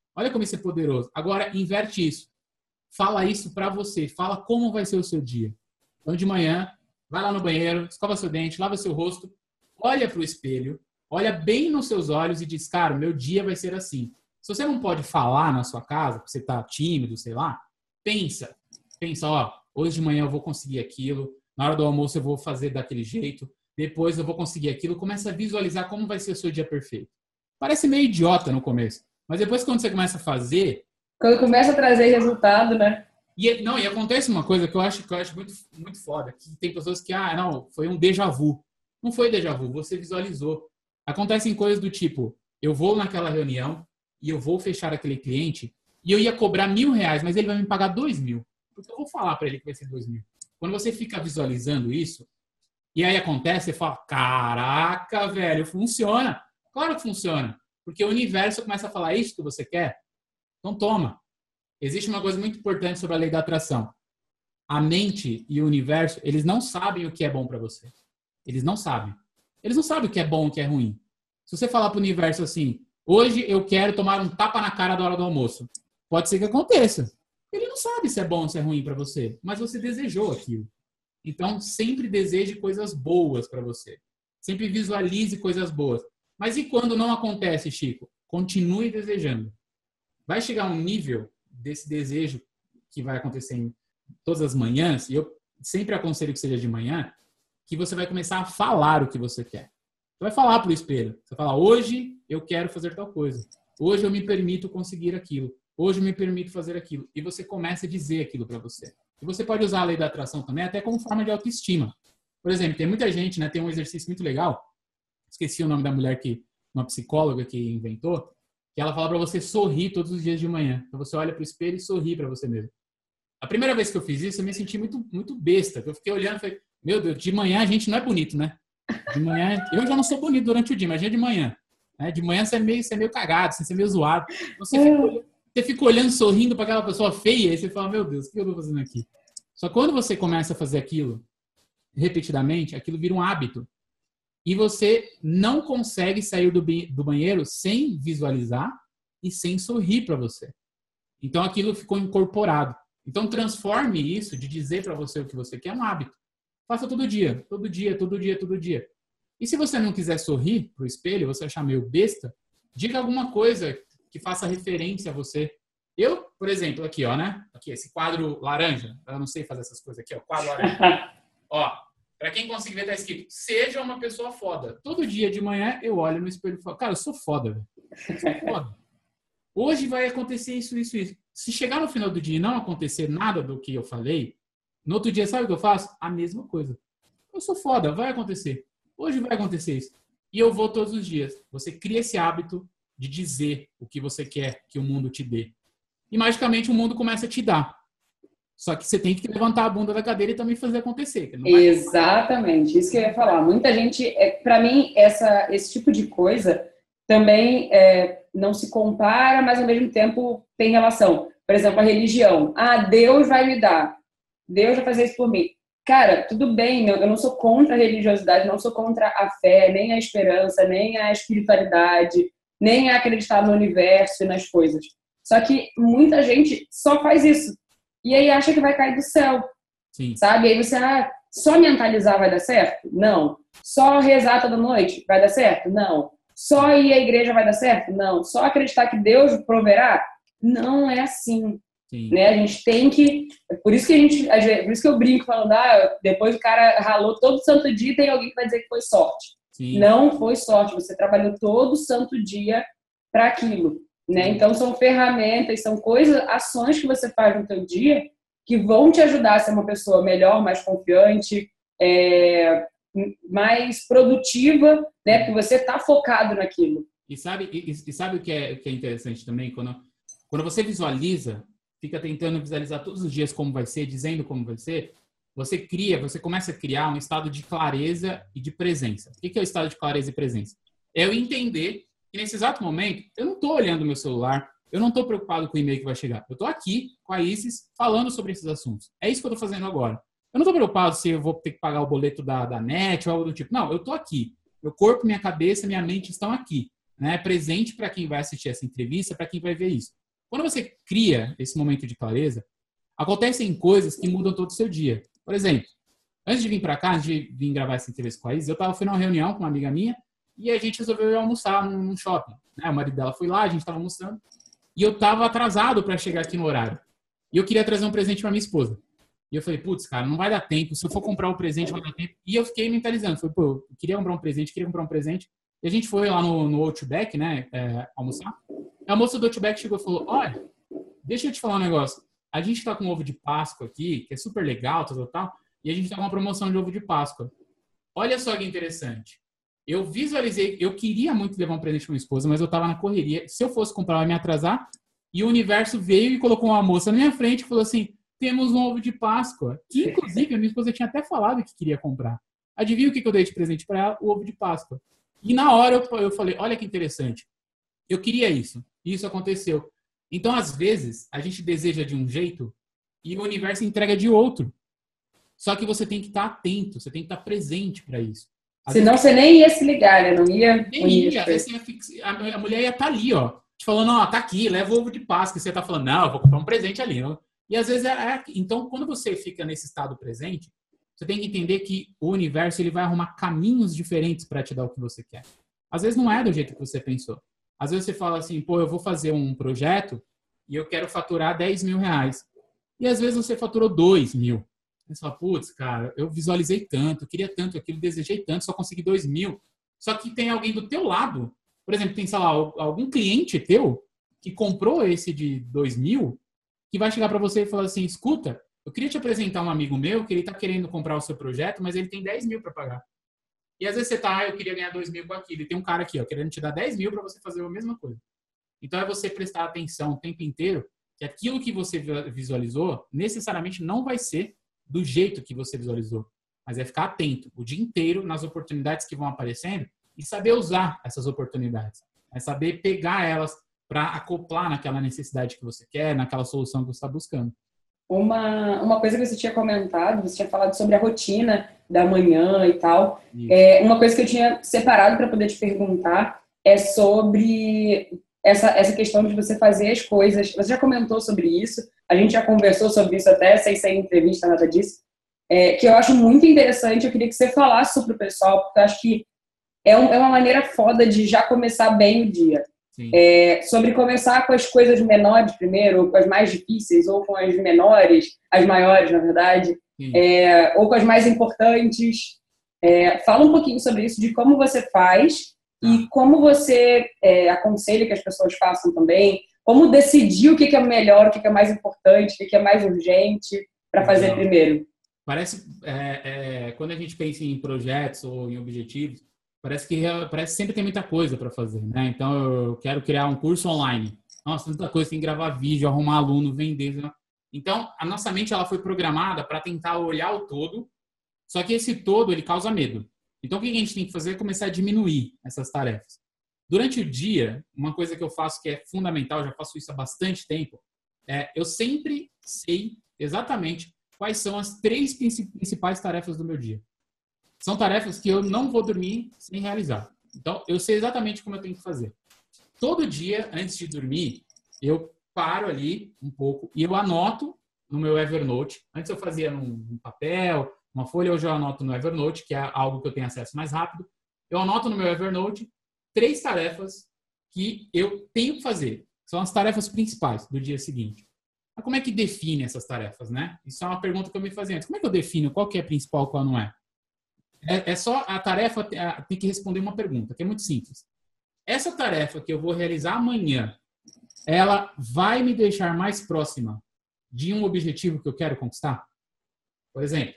Olha como isso é poderoso. Agora, inverte isso. Fala isso para você. Fala como vai ser o seu dia. Então, de manhã, vai lá no banheiro, escova seu dente, lava seu rosto, olha para o espelho, olha bem nos seus olhos e diz, cara, meu dia vai ser assim. Se você não pode falar na sua casa, porque você está tímido, sei lá, pensa. Pensa, ó, hoje de manhã eu vou conseguir aquilo, na hora do almoço eu vou fazer daquele jeito, depois eu vou conseguir aquilo. Começa a visualizar como vai ser o seu dia perfeito. Parece meio idiota no começo, mas depois quando você começa a fazer... Quando começa a trazer resultado, né? E, não, e acontece uma coisa que eu acho, que eu acho muito, muito foda, que tem pessoas que, ah, não, foi um déjà vu. Não foi déjà vu, você visualizou. Acontecem coisas do tipo, eu vou naquela reunião e eu vou fechar aquele cliente e eu ia cobrar mil reais, mas ele vai me pagar dois mil. Porque eu vou falar para ele que vai ser dois mil. Quando você fica visualizando isso, e aí acontece, você fala, caraca, velho, funciona. Claro que funciona. Porque o universo começa a falar isso que você quer. Então toma. Existe uma coisa muito importante sobre a lei da atração. A mente e o universo, eles não sabem o que é bom para você. Eles não sabem. Eles não sabem o que é bom e o que é ruim. Se você falar para o universo assim, hoje eu quero tomar um tapa na cara da hora do almoço, pode ser que aconteça. Ele não sabe se é bom ou se é ruim para você, mas você desejou aquilo. Então, sempre deseje coisas boas para você. Sempre visualize coisas boas. Mas e quando não acontece, Chico? Continue desejando. Vai chegar um nível desse desejo que vai acontecer em todas as manhãs, e eu sempre aconselho que seja de manhã, que você vai começar a falar o que você quer. Você vai falar para o espelho. Você vai falar, hoje eu quero fazer tal coisa. Hoje eu me permito conseguir aquilo. Hoje eu me permito fazer aquilo. E você começa a dizer aquilo para você. E você pode usar a lei da atração também até como forma de autoestima. Por exemplo, tem muita gente, né, tem um exercício muito legal, esqueci o nome da mulher, que uma psicóloga que inventou, que ela fala para você sorrir todos os dias de manhã. Então você olha para o espelho e sorri para você mesmo. A primeira vez que eu fiz isso, eu me senti muito, muito besta. Eu fiquei olhando e falei, meu Deus, de manhã a gente não é bonito, né? De manhã, eu já não sou bonito durante o dia, imagina de manhã. Né? De manhã você é meio, você é meio cagado, você é meio zoado. Você fica, olhando, você fica olhando, sorrindo para aquela pessoa feia, e você fala, meu Deus, o que eu estou fazendo aqui? Só que quando você começa a fazer aquilo repetidamente, aquilo vira um hábito. E você não consegue sair do, do banheiro sem visualizar e sem sorrir para você. Então aquilo ficou incorporado. Então transforme isso de dizer para você o que você quer em um hábito. Faça todo dia, todo dia, todo dia, todo dia. E se você não quiser sorrir pro espelho, você achar meio besta, diga alguma coisa que faça referência a você. Eu, por exemplo, aqui, ó, né? Aqui, esse quadro laranja. Eu não sei fazer essas coisas aqui, ó. Quadro laranja. Ó, pra quem conseguir ver, tá escrito, seja uma pessoa foda. Todo dia de manhã eu olho no espelho e falo, cara, eu sou foda, velho. Sou foda. Hoje vai acontecer isso, isso, isso. Se chegar no final do dia e não acontecer nada do que eu falei, no outro dia, sabe o que eu faço? A mesma coisa. Eu sou foda, vai acontecer. Hoje vai acontecer isso. E eu vou todos os dias. Você cria esse hábito de dizer o que você quer que o mundo te dê. E magicamente o mundo começa a te dar. Só que você tem que levantar a bunda da cadeira e também fazer acontecer. Não vai... Exatamente, isso que eu ia falar. Muita gente, é, para mim, essa, esse tipo de coisa também é, não se compara, mas ao mesmo tempo tem relação. Por exemplo, a religião. Ah, Deus vai me dar. Deus vai fazer isso por mim. Cara, tudo bem, eu não sou contra a religiosidade, não sou contra a fé, nem a esperança, nem a espiritualidade, nem a acreditar no universo e nas coisas. Só que muita gente só faz isso. E aí acha que vai cair do céu. Sim. Sabe? Aí você, ah, só mentalizar vai dar certo? Não. Só rezar toda noite vai dar certo? Não. Só ir à igreja vai dar certo? Não. Só acreditar que Deus proverá? Não é assim. Sim. Né? A gente tem que... Por isso que a gente... Por isso que eu brinco falando, ah, depois o cara ralou todo santo dia e tem alguém que vai dizer que foi sorte. Sim. Não foi sorte. Você trabalhou todo santo dia para aquilo. Né? Então, são ferramentas, são coisas, ações que você faz no seu dia que vão te ajudar a ser uma pessoa melhor, mais confiante, é, mais produtiva, né? Porque você está focado naquilo. E sabe, e, e sabe o que é, o que é interessante também? Quando, quando você visualiza, fica tentando visualizar todos os dias como vai ser, dizendo como vai ser, você cria, você começa a criar um estado de clareza e de presença. O que é o estado de clareza e presença? É eu entender que nesse exato momento, eu não estou olhando o meu celular, eu não estou preocupado com o e-mail que vai chegar. Eu estou aqui com a Isis falando sobre esses assuntos. É isso que eu estou fazendo agora. Eu não estou preocupado se eu vou ter que pagar o boleto da, da net ou algo do tipo. Não, eu estou aqui. Meu corpo, minha cabeça, minha mente estão aqui. Né? Presente para quem vai assistir essa entrevista, para quem vai ver isso. Quando você cria esse momento de clareza, acontecem coisas que mudam todo o seu dia. Por exemplo, antes de vir para cá, antes de vir gravar essa entrevista com a Isis, eu tava, fui numa reunião com uma amiga minha e a gente resolveu ir almoçar num shopping. Né? O marido dela foi lá, a gente estava almoçando e eu estava atrasado para chegar aqui no horário. E eu queria trazer um presente para minha esposa. E eu falei, putz, cara, não vai dar tempo. Se eu for comprar um presente, vai dar tempo. E eu fiquei mentalizando. Falei, pô, eu queria comprar um presente, queria comprar um presente. E a gente foi lá no, no Outback, né, é, almoçar. A moça do Outback chegou e falou, olha, deixa eu te falar um negócio. A gente tá com ovo de Páscoa aqui, que é super legal, tal, tal, tal. E a gente tá com uma promoção de ovo de Páscoa. Olha só que interessante. Eu visualizei, eu queria muito levar um presente para minha esposa, mas eu tava na correria. Se eu fosse comprar, eu ia me atrasar. E o universo veio e colocou uma moça na minha frente e falou assim, temos um ovo de Páscoa. Que, inclusive, a minha esposa tinha até falado que queria comprar. Adivinha o que eu dei de presente para ela? O ovo de Páscoa. E na hora eu, eu falei, olha que interessante. Eu queria isso. E isso aconteceu. Então, às vezes, a gente deseja de um jeito e o universo entrega de outro. Só que você tem que estar atento, você tem que estar presente para isso. Às Senão vezes, você nem ia se ligar, né? Não ia... Nem ia. Às vezes, a, a mulher ia estar ali, ó. Te falando, ó, tá aqui, leva o ovo de Páscoa. E você tá falando, não, eu vou comprar um presente ali. Ó. E às vezes, é, é... então, quando você fica nesse estado presente, você tem que entender que o universo ele vai arrumar caminhos diferentes para te dar o que você quer. Às vezes não é do jeito que você pensou. Às vezes você fala assim, pô, eu vou fazer um projeto e eu quero faturar dez mil reais. E às vezes você faturou dois mil. Você fala, putz, cara, eu visualizei tanto, eu queria tanto aquilo, desejei tanto, só consegui dois mil. Só que tem alguém do teu lado, por exemplo, tem, sei lá, algum cliente teu que comprou esse de dois mil, que vai chegar para você e falar assim, escuta, eu queria te apresentar um amigo meu que ele está querendo comprar o seu projeto, mas ele tem dez mil para pagar. E às vezes você tá, ah, eu queria ganhar dois mil com aquilo. E tem um cara aqui, ó, querendo te dar dez mil para você fazer a mesma coisa. Então é você prestar atenção o tempo inteiro que aquilo que você visualizou necessariamente não vai ser do jeito que você visualizou. Mas é ficar atento o dia inteiro nas oportunidades que vão aparecendo e saber usar essas oportunidades. É saber pegar elas para acoplar naquela necessidade que você quer, naquela solução que você está buscando. Uma, uma coisa que você tinha comentado, você tinha falado sobre a rotina da manhã e tal. É, uma coisa que eu tinha separado para poder te perguntar é sobre essa, essa questão de você fazer as coisas. Você já comentou sobre isso, a gente já conversou sobre isso até, sem ser entrevista, nada disso, é, que eu acho muito interessante. Eu queria que você falasse para o pessoal, porque eu acho que é, um, é uma maneira foda de já começar bem o dia. É, sobre começar com as coisas menores primeiro, ou com as mais difíceis, ou com as menores, as maiores, na verdade, é, ou com as mais importantes. É, fala um pouquinho sobre isso, de como você faz e como você é, aconselha que as pessoas façam também, como decidir o que é melhor, o que é mais importante, o que é mais urgente para fazer Legal. Primeiro. Parece, é, é, quando a gente pensa em projetos ou em objetivos, Parece que parece que sempre tem muita coisa para fazer, né? Então, eu quero criar um curso online. Nossa, tanta coisa, tem que gravar vídeo, arrumar aluno, vender. Né? Então, a nossa mente ela foi programada para tentar olhar o todo, só que esse todo, ele causa medo. Então, o que a gente tem que fazer é começar a diminuir essas tarefas. Durante o dia, uma coisa que eu faço que é fundamental, já faço isso há bastante tempo, é eu sempre sei exatamente quais são as três principais tarefas do meu dia. São tarefas que eu não vou dormir sem realizar. Então, eu sei exatamente como eu tenho que fazer. Todo dia, antes de dormir, eu paro ali um pouco e eu anoto no meu Evernote. Antes eu fazia num papel, uma folha, hoje eu anoto no Evernote, que é algo que eu tenho acesso mais rápido. Eu anoto no meu Evernote três tarefas que eu tenho que fazer. São as tarefas principais do dia seguinte. Mas como é que define essas tarefas, né? Isso é uma pergunta que eu me fazia antes. Como é que eu defino qual que é principal e qual não é? É, é só a tarefa tem que responder uma pergunta, que é muito simples. Essa tarefa que eu vou realizar amanhã, ela vai me deixar mais próxima de um objetivo que eu quero conquistar? Por exemplo,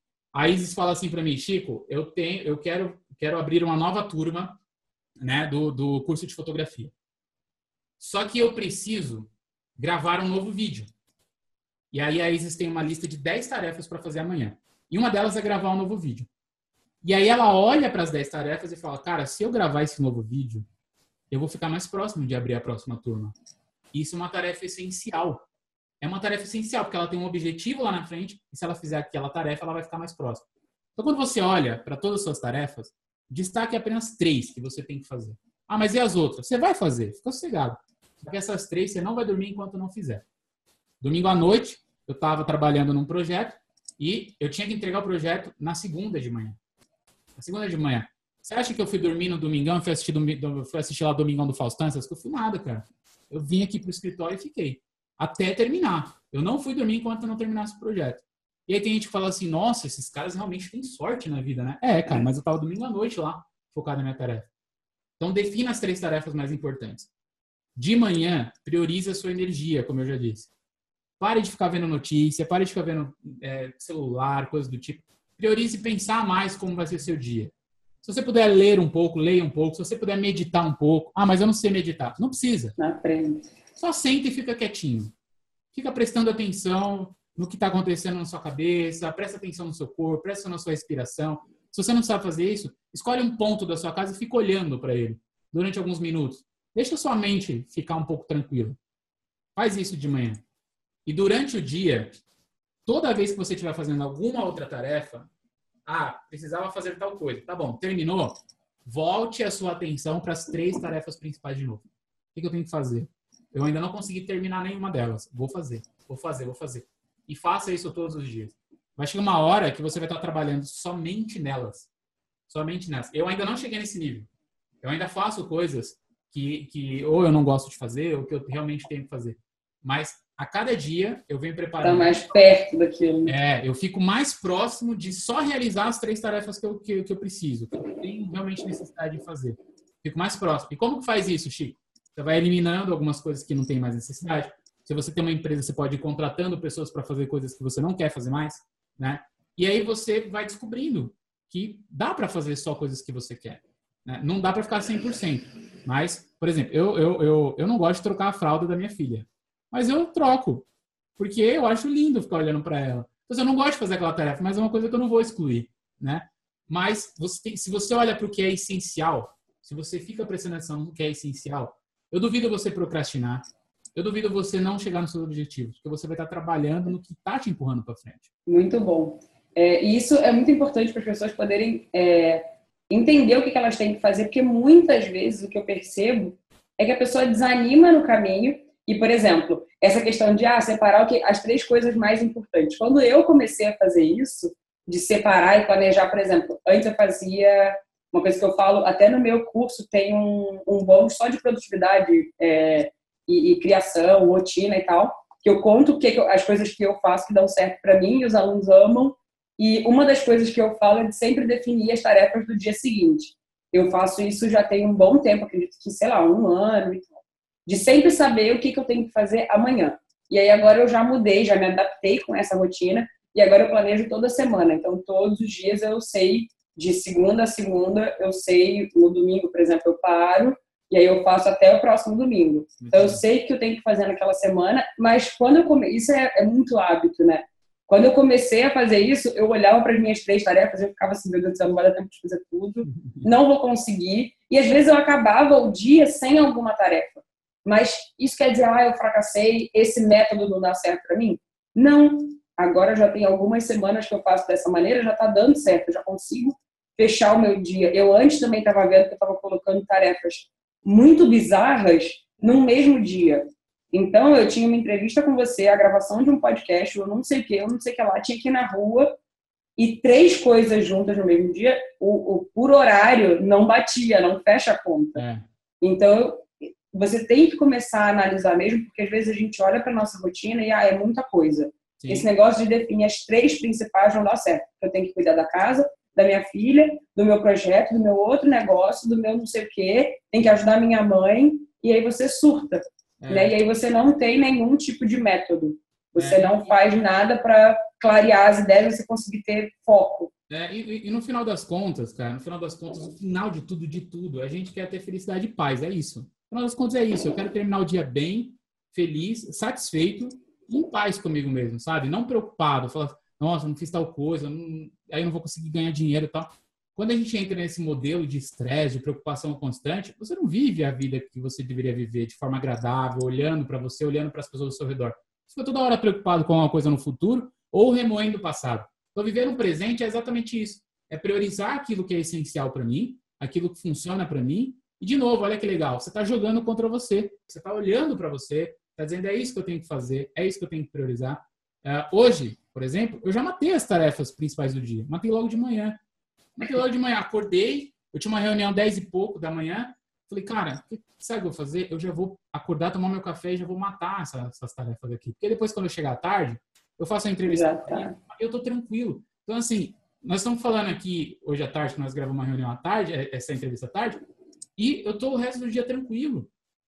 a Isis fala assim para mim, Chico, eu tenho, eu quero, quero abrir uma nova turma, né, do, do curso de fotografia. Só que eu preciso gravar um novo vídeo. E aí a Isis tem uma lista de dez tarefas para fazer amanhã. E uma delas é gravar um novo vídeo. E aí ela olha para as dez tarefas e fala, cara, se eu gravar esse novo vídeo, eu vou ficar mais próximo de abrir a próxima turma. Isso é uma tarefa essencial. É uma tarefa essencial, porque ela tem um objetivo lá na frente, e se ela fizer aquela tarefa, ela vai ficar mais próxima. Então, quando você olha para todas as suas tarefas, destaque apenas três que você tem que fazer. Ah, mas e as outras? Você vai fazer, fica sossegado. Porque essas três você não vai dormir enquanto não fizer. Domingo à noite, eu estava trabalhando num projeto e eu tinha que entregar o projeto na segunda de manhã. Na segunda de manhã. Você acha que eu fui dormir no domingão e fui assistir, fui assistir lá o Domingão do Faustão? Essas coisas? Eu fui nada, cara. Eu vim aqui pro escritório e fiquei. Até terminar. Eu não fui dormir enquanto eu não terminasse o projeto. E aí tem gente que fala assim, nossa, esses caras realmente têm sorte na vida, né? É, cara, mas eu tava domingo à noite lá, focado na minha tarefa. Então, defina as três tarefas mais importantes. De manhã, priorize a sua energia, como eu já disse. Pare de ficar vendo notícia, pare de ficar vendo é, celular, coisas do tipo. Priorize pensar mais como vai ser seu dia. Se você puder ler um pouco, leia um pouco. Se você puder meditar um pouco. Ah, mas eu não sei meditar. Não precisa. Não aprende. Só senta e fica quietinho. Fica prestando atenção no que está acontecendo na sua cabeça, presta atenção no seu corpo, presta atenção na sua respiração. Se você não sabe fazer isso, escolhe um ponto da sua casa e fica olhando para ele durante alguns minutos. Deixa a sua mente ficar um pouco tranquila. Faz isso de manhã. E durante o dia, toda vez que você estiver fazendo alguma outra tarefa, ah, precisava fazer tal coisa. Tá bom, terminou? Volte a sua atenção para as três tarefas principais de novo. O que eu tenho que fazer? Eu ainda não consegui terminar nenhuma delas. Vou fazer, vou fazer, vou fazer. E faça isso todos os dias. Vai chegar uma hora que você vai estar trabalhando somente nelas. Somente nelas. Eu ainda não cheguei nesse nível. Eu ainda faço coisas que, que ou eu não gosto de fazer, ou que eu realmente tenho que fazer. Mas a cada dia eu venho preparando. Tá mais perto daquilo. É, eu fico mais próximo de só realizar as três tarefas que eu, que, que eu preciso, que eu tenho realmente necessidade de fazer. Fico mais próximo. E como que faz isso, Chico? Você vai eliminando algumas coisas que não tem mais necessidade. Se você tem uma empresa, você pode ir contratando pessoas para fazer coisas que você não quer fazer mais, né? E aí você vai descobrindo que dá para fazer só coisas que você quer, né? Não dá para ficar cem por cento. Mas, por exemplo, eu, eu, eu, eu não gosto de trocar a fralda da minha filha. Mas eu troco, porque eu acho lindo ficar olhando para ela. Então, eu não gosto de fazer aquela tarefa, mas é uma coisa que eu não vou excluir, né? Mas você tem, se você olha para o que é essencial, se você fica prestando atenção no que é essencial, eu duvido você procrastinar. Eu duvido você não chegar nos seus objetivos, porque você vai estar trabalhando no que está te empurrando para frente. Muito bom. É, e isso é muito importante para as pessoas poderem é, entender o que elas têm que fazer, porque muitas vezes o que eu percebo é que a pessoa desanima no caminho. E, por exemplo, essa questão de ah, separar o que, as três coisas mais importantes. Quando eu comecei a fazer isso, de separar e planejar, por exemplo, antes eu fazia uma coisa que eu falo, até no meu curso tem um, um bônus só de produtividade é, e, e criação, rotina e tal, que eu conto que, as coisas que eu faço que dão certo para mim e os alunos amam. E uma das coisas que eu falo é de sempre definir as tarefas do dia seguinte. Eu faço isso já tem um bom tempo, acredito que, sei lá, um ano e tal. De sempre saber o que, que eu tenho que fazer amanhã. E aí agora eu já mudei, já me adaptei com essa rotina e agora eu planejo toda semana. Então, todos os dias eu sei, de segunda a segunda, eu sei, no domingo, por exemplo, eu paro e aí eu faço até o próximo domingo. Então, eu sei o que eu tenho que fazer naquela semana, mas quando eu comecei, isso é, é muito hábito, né? Quando eu comecei a fazer isso, eu olhava para as minhas três tarefas e eu ficava assim, meu Deus do céu, não vai dar tempo de fazer tudo, não vou conseguir. E às vezes eu acabava o dia sem alguma tarefa. Mas isso quer dizer, ah, eu fracassei, esse método não dá certo para mim? Não. Agora já tem algumas semanas que eu faço dessa maneira, já está dando certo, eu já consigo fechar o meu dia. Eu antes também estava vendo que eu estava colocando tarefas muito bizarras num mesmo dia. Então, eu tinha uma entrevista com você, a gravação de um podcast, eu não sei o que, eu não sei o que lá, tinha que ir na rua e três coisas juntas no mesmo dia, o, o por horário não batia, não fecha a conta. É. Então, você tem que começar a analisar mesmo, porque às vezes a gente olha para nossa rotina e ah, é muita coisa. Sim. Esse negócio de definir as três principais não dá certo. Eu tenho que cuidar da casa, da minha filha, do meu projeto, do meu outro negócio, do meu não sei o quê, tem que ajudar minha mãe, e aí você surta. É. Né? E aí você não tem nenhum tipo de método. Você é. não faz nada para clarear as ideias, você conseguir ter foco. É, e, e no final das contas, cara, no final das contas, o final de tudo, de tudo, a gente quer ter felicidade e paz, é isso. No final das contas é isso, eu quero terminar o dia bem, feliz, satisfeito e em paz comigo mesmo, sabe? Não preocupado, falar, nossa, não fiz tal coisa, não, aí eu não vou conseguir ganhar dinheiro e tal. Quando a gente entra nesse modelo de estresse, de preocupação constante, você não vive a vida que você deveria viver de forma agradável, olhando para você, olhando para as pessoas ao seu redor. Você fica toda hora preocupado com uma coisa no futuro ou remoendo o passado. Então, viver no presente é exatamente isso. É priorizar aquilo que é essencial para mim, aquilo que funciona para mim E, de novo, olha que legal, você está jogando contra você, você está olhando para você, está dizendo, é isso que eu tenho que fazer, é isso que eu tenho que priorizar. Uh, hoje, por exemplo, eu já matei as tarefas principais do dia, matei logo de manhã. Matei logo de manhã, acordei, eu tinha uma reunião dez e pouco da manhã, falei, cara, o que sabe o que eu vou fazer? Eu já vou acordar, tomar meu café e já vou matar essa, essas tarefas aqui. Porque depois, quando eu chegar à tarde, eu faço a entrevista, tá. eu tô tranquilo. Então, assim, nós estamos falando aqui, hoje à tarde, que nós gravamos uma reunião à tarde, essa entrevista à tarde, e eu tô o resto do dia tranquilo.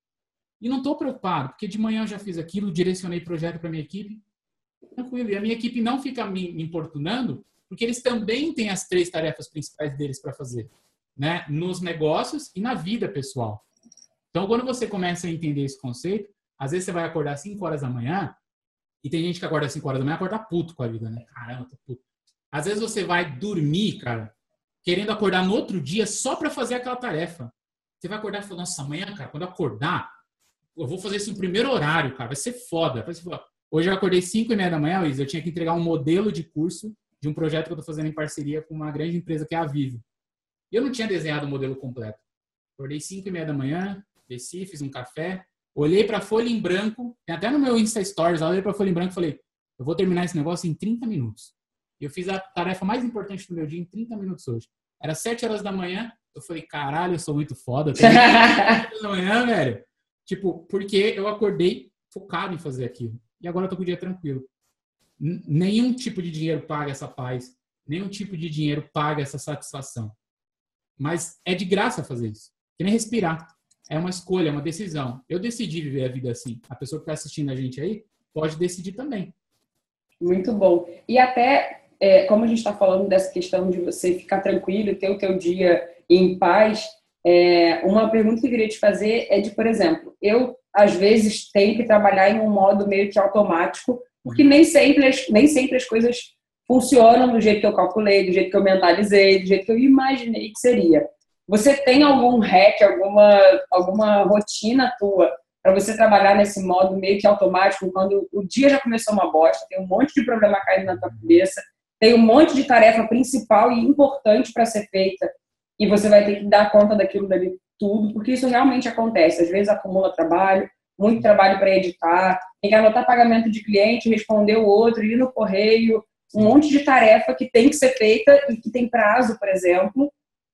E não tô preocupado, porque de manhã eu já fiz aquilo, direcionei projeto para minha equipe, tranquilo. E a minha equipe não fica me, me importunando, porque eles também têm as três tarefas principais deles para fazer, né? Nos negócios e na vida pessoal. Então, quando você começa a entender esse conceito, às vezes você vai acordar às cinco horas da manhã, e tem gente que acorda às cinco horas da manhã e acorda puto com a vida, né? Caramba, tô puto. Às vezes você vai dormir, cara, querendo acordar no outro dia só para fazer aquela tarefa. Você vai acordar e falar, nossa, amanhã, cara, quando eu acordar, eu vou fazer isso no primeiro horário, cara, vai ser foda. Vai ser foda. Hoje eu acordei cinco e meia da manhã, Luiz, eu tinha que entregar um modelo de curso de um projeto que eu tô fazendo em parceria com uma grande empresa que é a Vivo. E eu não tinha desenhado o modelo completo. Acordei cinco e meia da manhã, desci, fiz um café, olhei para a folha em branco, tem até no meu Insta Stories, eu olhei para a folha em branco e falei, eu vou terminar esse negócio em trinta minutos. E eu fiz a tarefa mais importante do meu dia em trinta minutos hoje. Era sete horas da manhã, eu falei, caralho, eu sou muito foda. sete horas da manhã, velho. Tipo, porque eu acordei focado em fazer aquilo. E agora eu tô com o dia tranquilo. N- nenhum tipo de dinheiro paga essa paz. Nenhum tipo de dinheiro paga essa satisfação. Mas é de graça fazer isso. Que nem respirar. É uma escolha, é uma decisão. Eu decidi viver a vida assim. A pessoa que está assistindo a gente aí pode decidir também. Muito bom. E até, é, como a gente está falando dessa questão de você ficar tranquilo e ter o teu dia em paz, é, uma pergunta que eu queria te fazer é de, por exemplo, eu, às vezes, tenho que trabalhar em um modo meio que automático, porque nem sempre, as, nem sempre as coisas funcionam do jeito que eu calculei, do jeito que eu mentalizei, do jeito que eu imaginei que seria. Você tem algum hack, alguma, alguma rotina tua para você trabalhar nesse modo meio que automático, quando o dia já começou uma bosta, tem um monte de problema caindo na tua cabeça, tem um monte de tarefa principal e importante para ser feita, e você vai ter que dar conta daquilo dali tudo, porque isso realmente acontece. Às vezes acumula trabalho, muito trabalho para editar, tem que anotar pagamento de cliente, responder o outro, ir no correio, um monte de tarefa que tem que ser feita e que tem prazo, por exemplo.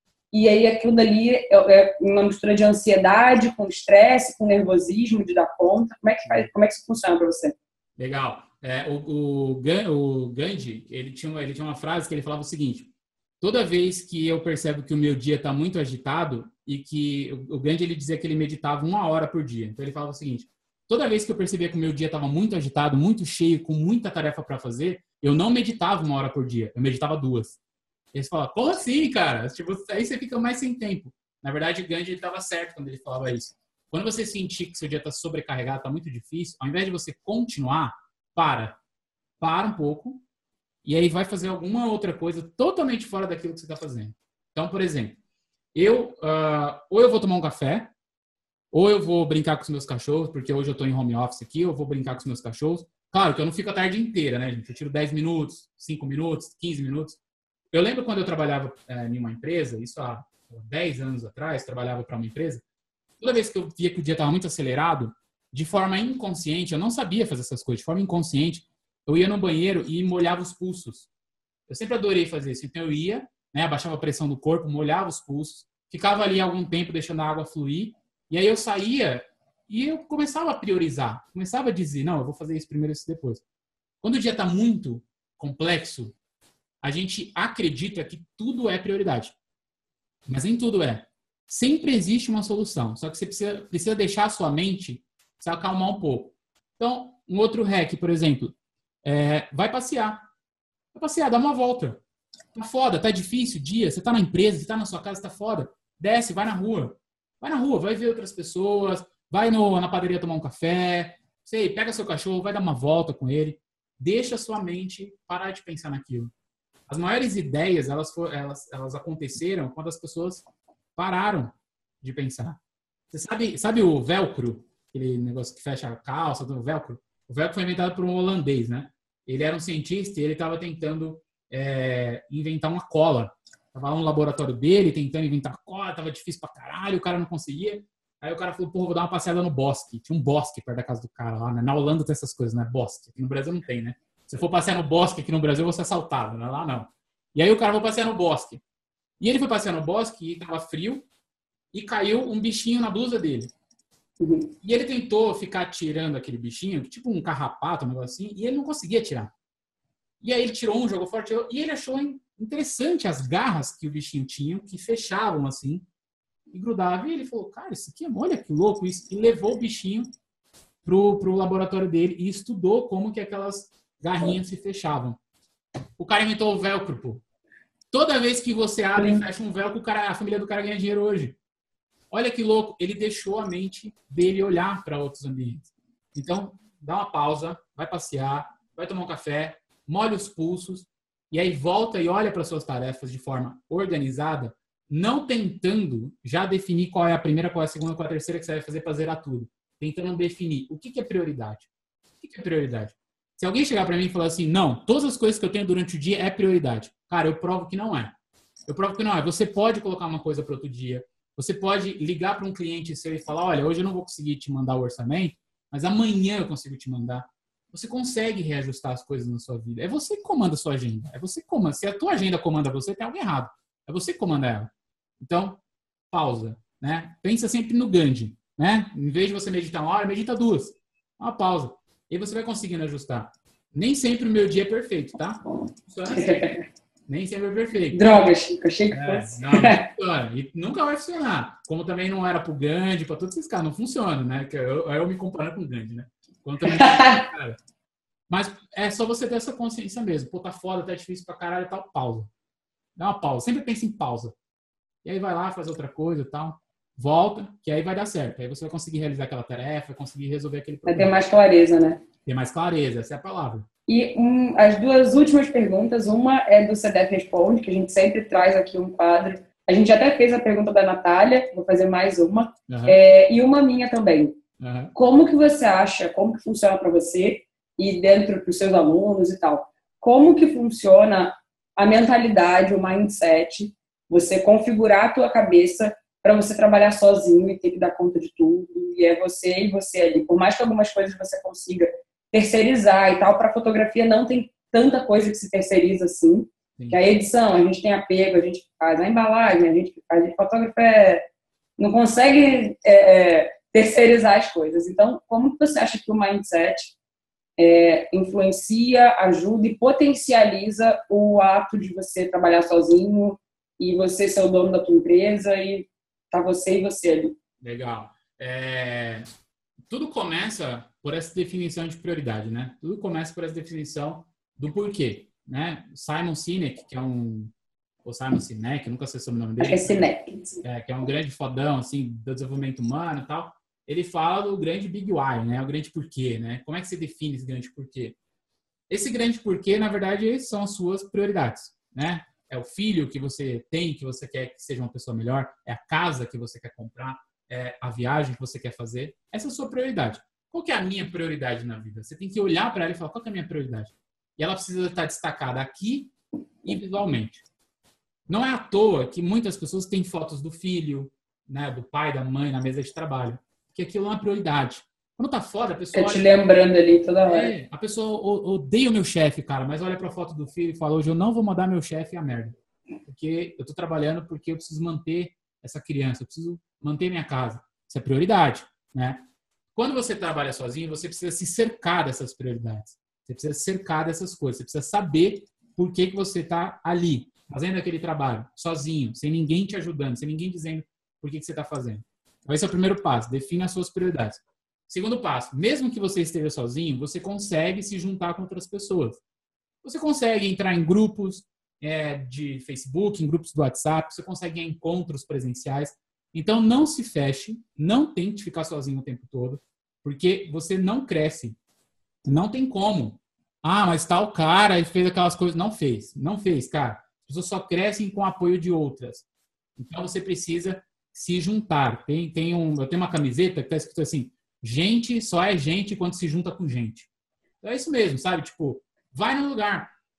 E aí aquilo dali é uma mistura de ansiedade, com estresse, com nervosismo de dar conta. Como é que faz, como é que isso funciona para você? Legal. É, o, o, o Gandhi, ele tinha, uma, ele tinha uma frase que ele falava o seguinte: toda vez que eu percebo que o meu dia está muito agitado, e que o, o Gandhi ele dizia que ele meditava uma hora por dia. Então ele falava o seguinte: toda vez que eu percebia que o meu dia estava muito agitado, muito cheio, com muita tarefa para fazer, eu não meditava uma hora por dia, eu meditava duas. Eles falam, como assim, cara? Tipo, aí você fica mais sem tempo. Na verdade, o Gandhi estava certo quando ele falava isso. Quando você sentir que seu dia está sobrecarregado, está muito difícil, ao invés de você continuar, para. Para um pouco e aí vai fazer alguma outra coisa totalmente fora daquilo que você está fazendo. Então, por exemplo, eu uh, ou eu vou tomar um café, ou eu vou brincar com os meus cachorros, porque hoje eu estou em home office aqui, eu vou brincar com os meus cachorros. Claro que eu não fico a tarde inteira, né, gente? Eu tiro dez minutos, cinco minutos, quinze minutos. Eu lembro quando eu trabalhava é, em uma empresa, isso há dez anos atrás, trabalhava para uma empresa, toda vez que eu via que o dia estava muito acelerado, de forma inconsciente, eu não sabia fazer essas coisas, de forma inconsciente, eu ia no banheiro e molhava os pulsos. Eu sempre adorei fazer isso. Então eu ia, né, abaixava a pressão do corpo, molhava os pulsos, ficava ali algum tempo deixando a água fluir, e aí eu saía e eu começava a priorizar, começava a dizer, não, eu vou fazer isso primeiro e isso depois. Quando o dia está muito complexo, a gente acredita que tudo é prioridade. Mas nem tudo é. Sempre existe uma solução. Só que você precisa, precisa deixar a sua mente se acalmar um pouco. Então, um outro hack, por exemplo, é, vai passear. Vai passear, dá uma volta. Tá foda, tá difícil o dia. Você tá na empresa, você tá na sua casa, tá foda. Desce, vai na rua. Vai na rua, vai ver outras pessoas. Vai no, na padaria tomar um café. Sei, pega seu cachorro, vai dar uma volta com ele. Deixa a sua mente parar de pensar naquilo. As maiores ideias, elas, for, elas, elas aconteceram quando as pessoas pararam de pensar. Você sabe, sabe o velcro? Aquele negócio que fecha a calça do velcro? O velcro foi inventado por um holandês, né? Ele era um cientista e ele estava tentando é, inventar uma cola Tava lá no laboratório dele, tentando inventar cola, tava difícil pra caralho, o cara não conseguia. Aí o cara falou, porra, vou dar uma passeada no bosque. Tinha um bosque perto da casa do cara lá, né? Na Holanda tem essas coisas, né? Bosque. Aqui no Brasil não tem, né? Se for passear no bosque aqui no Brasil, eu vou ser assaltado, né? Lá não. E aí o cara foi passear no bosque. E ele foi passear no bosque e tava frio e caiu um bichinho na blusa dele. Uhum. E ele tentou ficar tirando aquele bichinho, tipo um carrapato, um negócio assim, e ele não conseguia tirar. E aí ele tirou um, jogou forte, e ele achou interessante as garras que o bichinho tinha, que fechavam assim, e grudava. E ele falou, cara, isso aqui, olha que louco isso. E levou o bichinho pro, pro laboratório dele e estudou como que aquelas garrinhas se fechavam. O cara inventou o velcro, pô. Toda vez que você abre e fecha um velcro, o cara, a família do cara ganha dinheiro hoje. Olha que louco, ele deixou a mente dele olhar para outros ambientes. Então, dá uma pausa, vai passear, vai tomar um café, molha os pulsos, e aí volta e olha para suas tarefas de forma organizada, não tentando já definir qual é a primeira, qual é a segunda, qual é a terceira que você vai fazer para zerar tudo. Tentando definir o que, que é prioridade. O que, que é prioridade? Se alguém chegar para mim e falar assim, não, todas as coisas que eu tenho durante o dia é prioridade. Cara, eu provo que não é. Eu provo que não é. Você pode colocar uma coisa para outro dia. Você pode ligar para um cliente seu e falar, olha, hoje eu não vou conseguir te mandar o orçamento, mas amanhã eu consigo te mandar. Você consegue reajustar as coisas na sua vida. É você que comanda a sua agenda. É você que comanda. Se a tua agenda comanda você, tem algo errado. É você que comanda ela. Então, pausa, né? Pensa sempre no Gandhi, né? Em vez de você meditar uma hora, medita duas. Uma pausa. E aí você vai conseguindo ajustar. Nem sempre o meu dia é perfeito, tá? Funciona assim. Nem sempre é perfeito. Droga, Chico. Achei que É, fosse. não, não funciona. E nunca vai funcionar. Como também não era pro Gandhi, para todos esses caras, não funciona, né? Que eu, eu me comparando com o Gandhi, né? Como também não cara. Mas é só você ter essa consciência mesmo. Pô, tá foda, tá difícil pra caralho e tal. Pausa. Dá uma pausa. Sempre pense em pausa. E aí vai lá, faz outra coisa e tal. Volta, que aí vai dar certo. Aí você vai conseguir realizar aquela tarefa, vai conseguir resolver aquele Vai problema. ter mais clareza, né? Ter mais clareza, essa é a palavra. E um, as duas últimas perguntas, uma é do C D F Responde, que a gente sempre traz aqui um quadro. A gente até fez a pergunta da Natália, vou fazer mais uma. Uhum. É, e uma minha também. Uhum. Como que você acha, como que funciona para você e dentro dos seus alunos e tal? Como que funciona a mentalidade, o mindset, você configurar a tua cabeça para você trabalhar sozinho e ter que dar conta de tudo, e é você e você ali. Por mais que algumas coisas você consiga terceirizar e tal, para fotografia não tem tanta coisa que se terceiriza assim. Sim. Que a edição, a gente tem apego, a gente faz a embalagem, a gente faz, a fotógrafo é, não consegue é, terceirizar as coisas. Então, como que você acha que o mindset é, influencia, ajuda e potencializa o ato de você trabalhar sozinho e você ser o dono da tua empresa e tá você e você ali? Legal. É... Tudo começa por essa definição de prioridade, né? Tudo começa por essa definição do porquê, né? Simon Sinek, que é um... Ou Simon Sinek, nunca sei sobre o nome dele. Acho que é Sinek. É, que é um grande fodão, assim, do desenvolvimento humano e tal. Ele fala do grande Big Why, né? O grande porquê, né? Como é que você define esse grande porquê? Esse grande porquê, na verdade, são as suas prioridades, né? É o filho que você tem, que você quer que seja uma pessoa melhor, é a casa que você quer comprar, é a viagem que você quer fazer. Essa é a sua prioridade. Qual que é a minha prioridade na vida? Você tem que olhar para ela e falar, qual que é a minha prioridade? E ela precisa estar destacada aqui e visualmente. Não é à toa que muitas pessoas têm fotos do filho, né, do pai, da mãe na mesa de trabalho. Porque aquilo é uma prioridade. Quando tá foda, a pessoa... É te lembrando ali toda hora. É, a pessoa odeia o meu chefe, cara, mas olha pra foto do filho e fala, hoje eu não vou mandar meu chefe a merda. Porque eu tô trabalhando porque eu preciso manter essa criança, eu preciso manter minha casa. Isso é prioridade, né? Quando você trabalha sozinho, você precisa se cercar dessas prioridades. Você precisa se cercar dessas coisas. Você precisa saber por que que você tá ali, fazendo aquele trabalho, sozinho, sem ninguém te ajudando, sem ninguém dizendo por que que você tá fazendo. Então, esse é o primeiro passo. Defina as suas prioridades. Segundo passo, mesmo que você esteja sozinho, você consegue se juntar com outras pessoas. Você consegue entrar em grupos é, de Facebook, em grupos do WhatsApp, você consegue ir em encontros presenciais. Então, não se feche, não tente ficar sozinho o tempo todo, porque você não cresce. Não tem como. Ah, mas tal cara e fez aquelas coisas. Não fez, não fez, cara. As pessoas só crescem com o apoio de outras. Então, você precisa se juntar. Tem, tem um, eu tenho uma camiseta que está escrito assim, gente só é gente quando se junta com gente. Então é isso mesmo, sabe? Tipo, vai no lugar.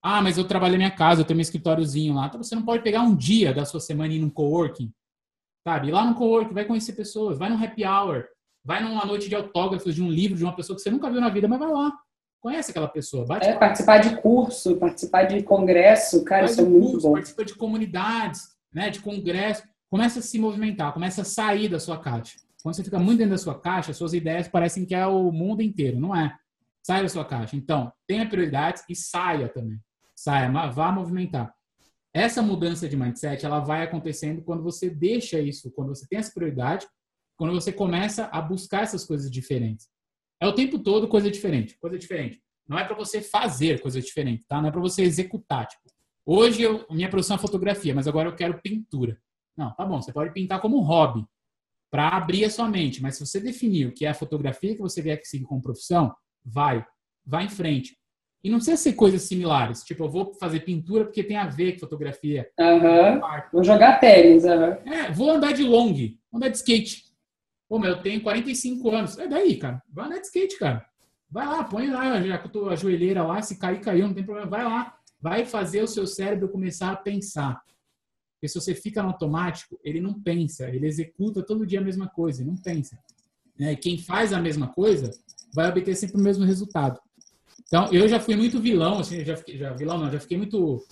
Ah, mas eu trabalho na minha casa, eu tenho meu escritóriozinho lá. Então você não pode pegar um dia da sua semana e ir num coworking, sabe? Ir lá no coworking, vai conhecer pessoas, vai num happy hour, vai numa noite de autógrafos de um livro de uma pessoa que você nunca viu na vida, mas vai lá. Conhece aquela pessoa, bate É, participar de curso, participar de congresso, cara, faz isso é um muito curso, bom. participa de comunidades, né, de congresso, começa a se movimentar, começa a sair da sua caixa. Quando você fica muito dentro da sua caixa, suas ideias parecem que é o mundo inteiro, não é? Sai da sua caixa. Então, tenha prioridades e saia também. Saia, vá movimentar. Essa mudança de mindset, ela vai acontecendo quando você deixa isso, quando você tem essa prioridade, quando você começa a buscar essas coisas diferentes. É o tempo todo coisa diferente, coisa diferente. Não é para você fazer coisa diferente, tá? Não é para você executar. Tipo, hoje eu, minha profissão é fotografia, mas agora eu quero pintura. Não, tá bom, você pode pintar como hobby, para abrir a sua mente. Mas se você definir o que é a fotografia que você vier que seguir como profissão, vai, vai em frente. E não precisa ser coisas similares. Tipo, eu vou fazer pintura porque tem a ver com fotografia. Uhum. Vou jogar tênis. Uhum. É, vou andar de long, vou andar de skate. Pô, mas eu tenho quarenta e cinco anos. É daí, cara. Vai andar de skate, cara. Vai lá, põe lá a joelheira lá. Se cair, caiu, não tem problema. Vai lá. Vai fazer o seu cérebro começar a pensar. Porque se você fica no automático, ele não pensa. Ele executa todo dia a mesma coisa. Ele não pensa. E quem faz a mesma coisa vai obter sempre o mesmo resultado. Então, eu já fui muito vilão, assim, já, fiquei, já vilão não, já fiquei muito,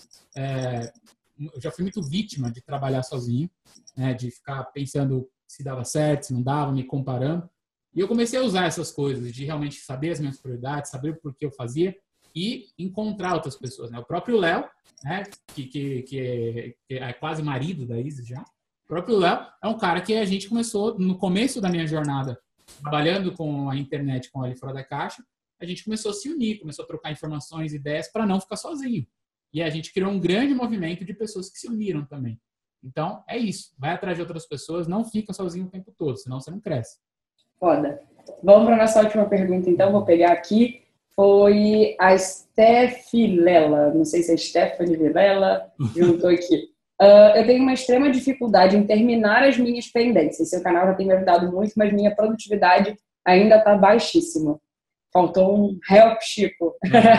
é, já fui muito vítima de trabalhar sozinho, né, de ficar pensando se dava certo, se não dava, me comparando. E eu comecei a usar essas coisas, de realmente saber as minhas prioridades, saber o porquê eu fazia e encontrar outras pessoas, né? O próprio Léo, né, que, que, que, é, que é quase marido da Isis já, o próprio Léo é um cara que a gente começou no começo da minha jornada, trabalhando com a internet, com a Olhe Fora da Caixa, a gente começou a se unir, começou a trocar informações, ideias para não ficar sozinho. E a gente criou um grande movimento de pessoas que se uniram também. Então, é isso. Vai atrás de outras pessoas, não fica sozinho o tempo todo, senão você não cresce. Foda. Vamos para a nossa última pergunta, então. Vou pegar aqui. Foi a Steph Lela. Não sei se é Stephanie Vilela. Juntou aqui. Uh, eu tenho uma extrema dificuldade em terminar as minhas pendências. Seu canal já tem me ajudado muito, mas minha produtividade ainda está baixíssima. Faltou um help, Chico.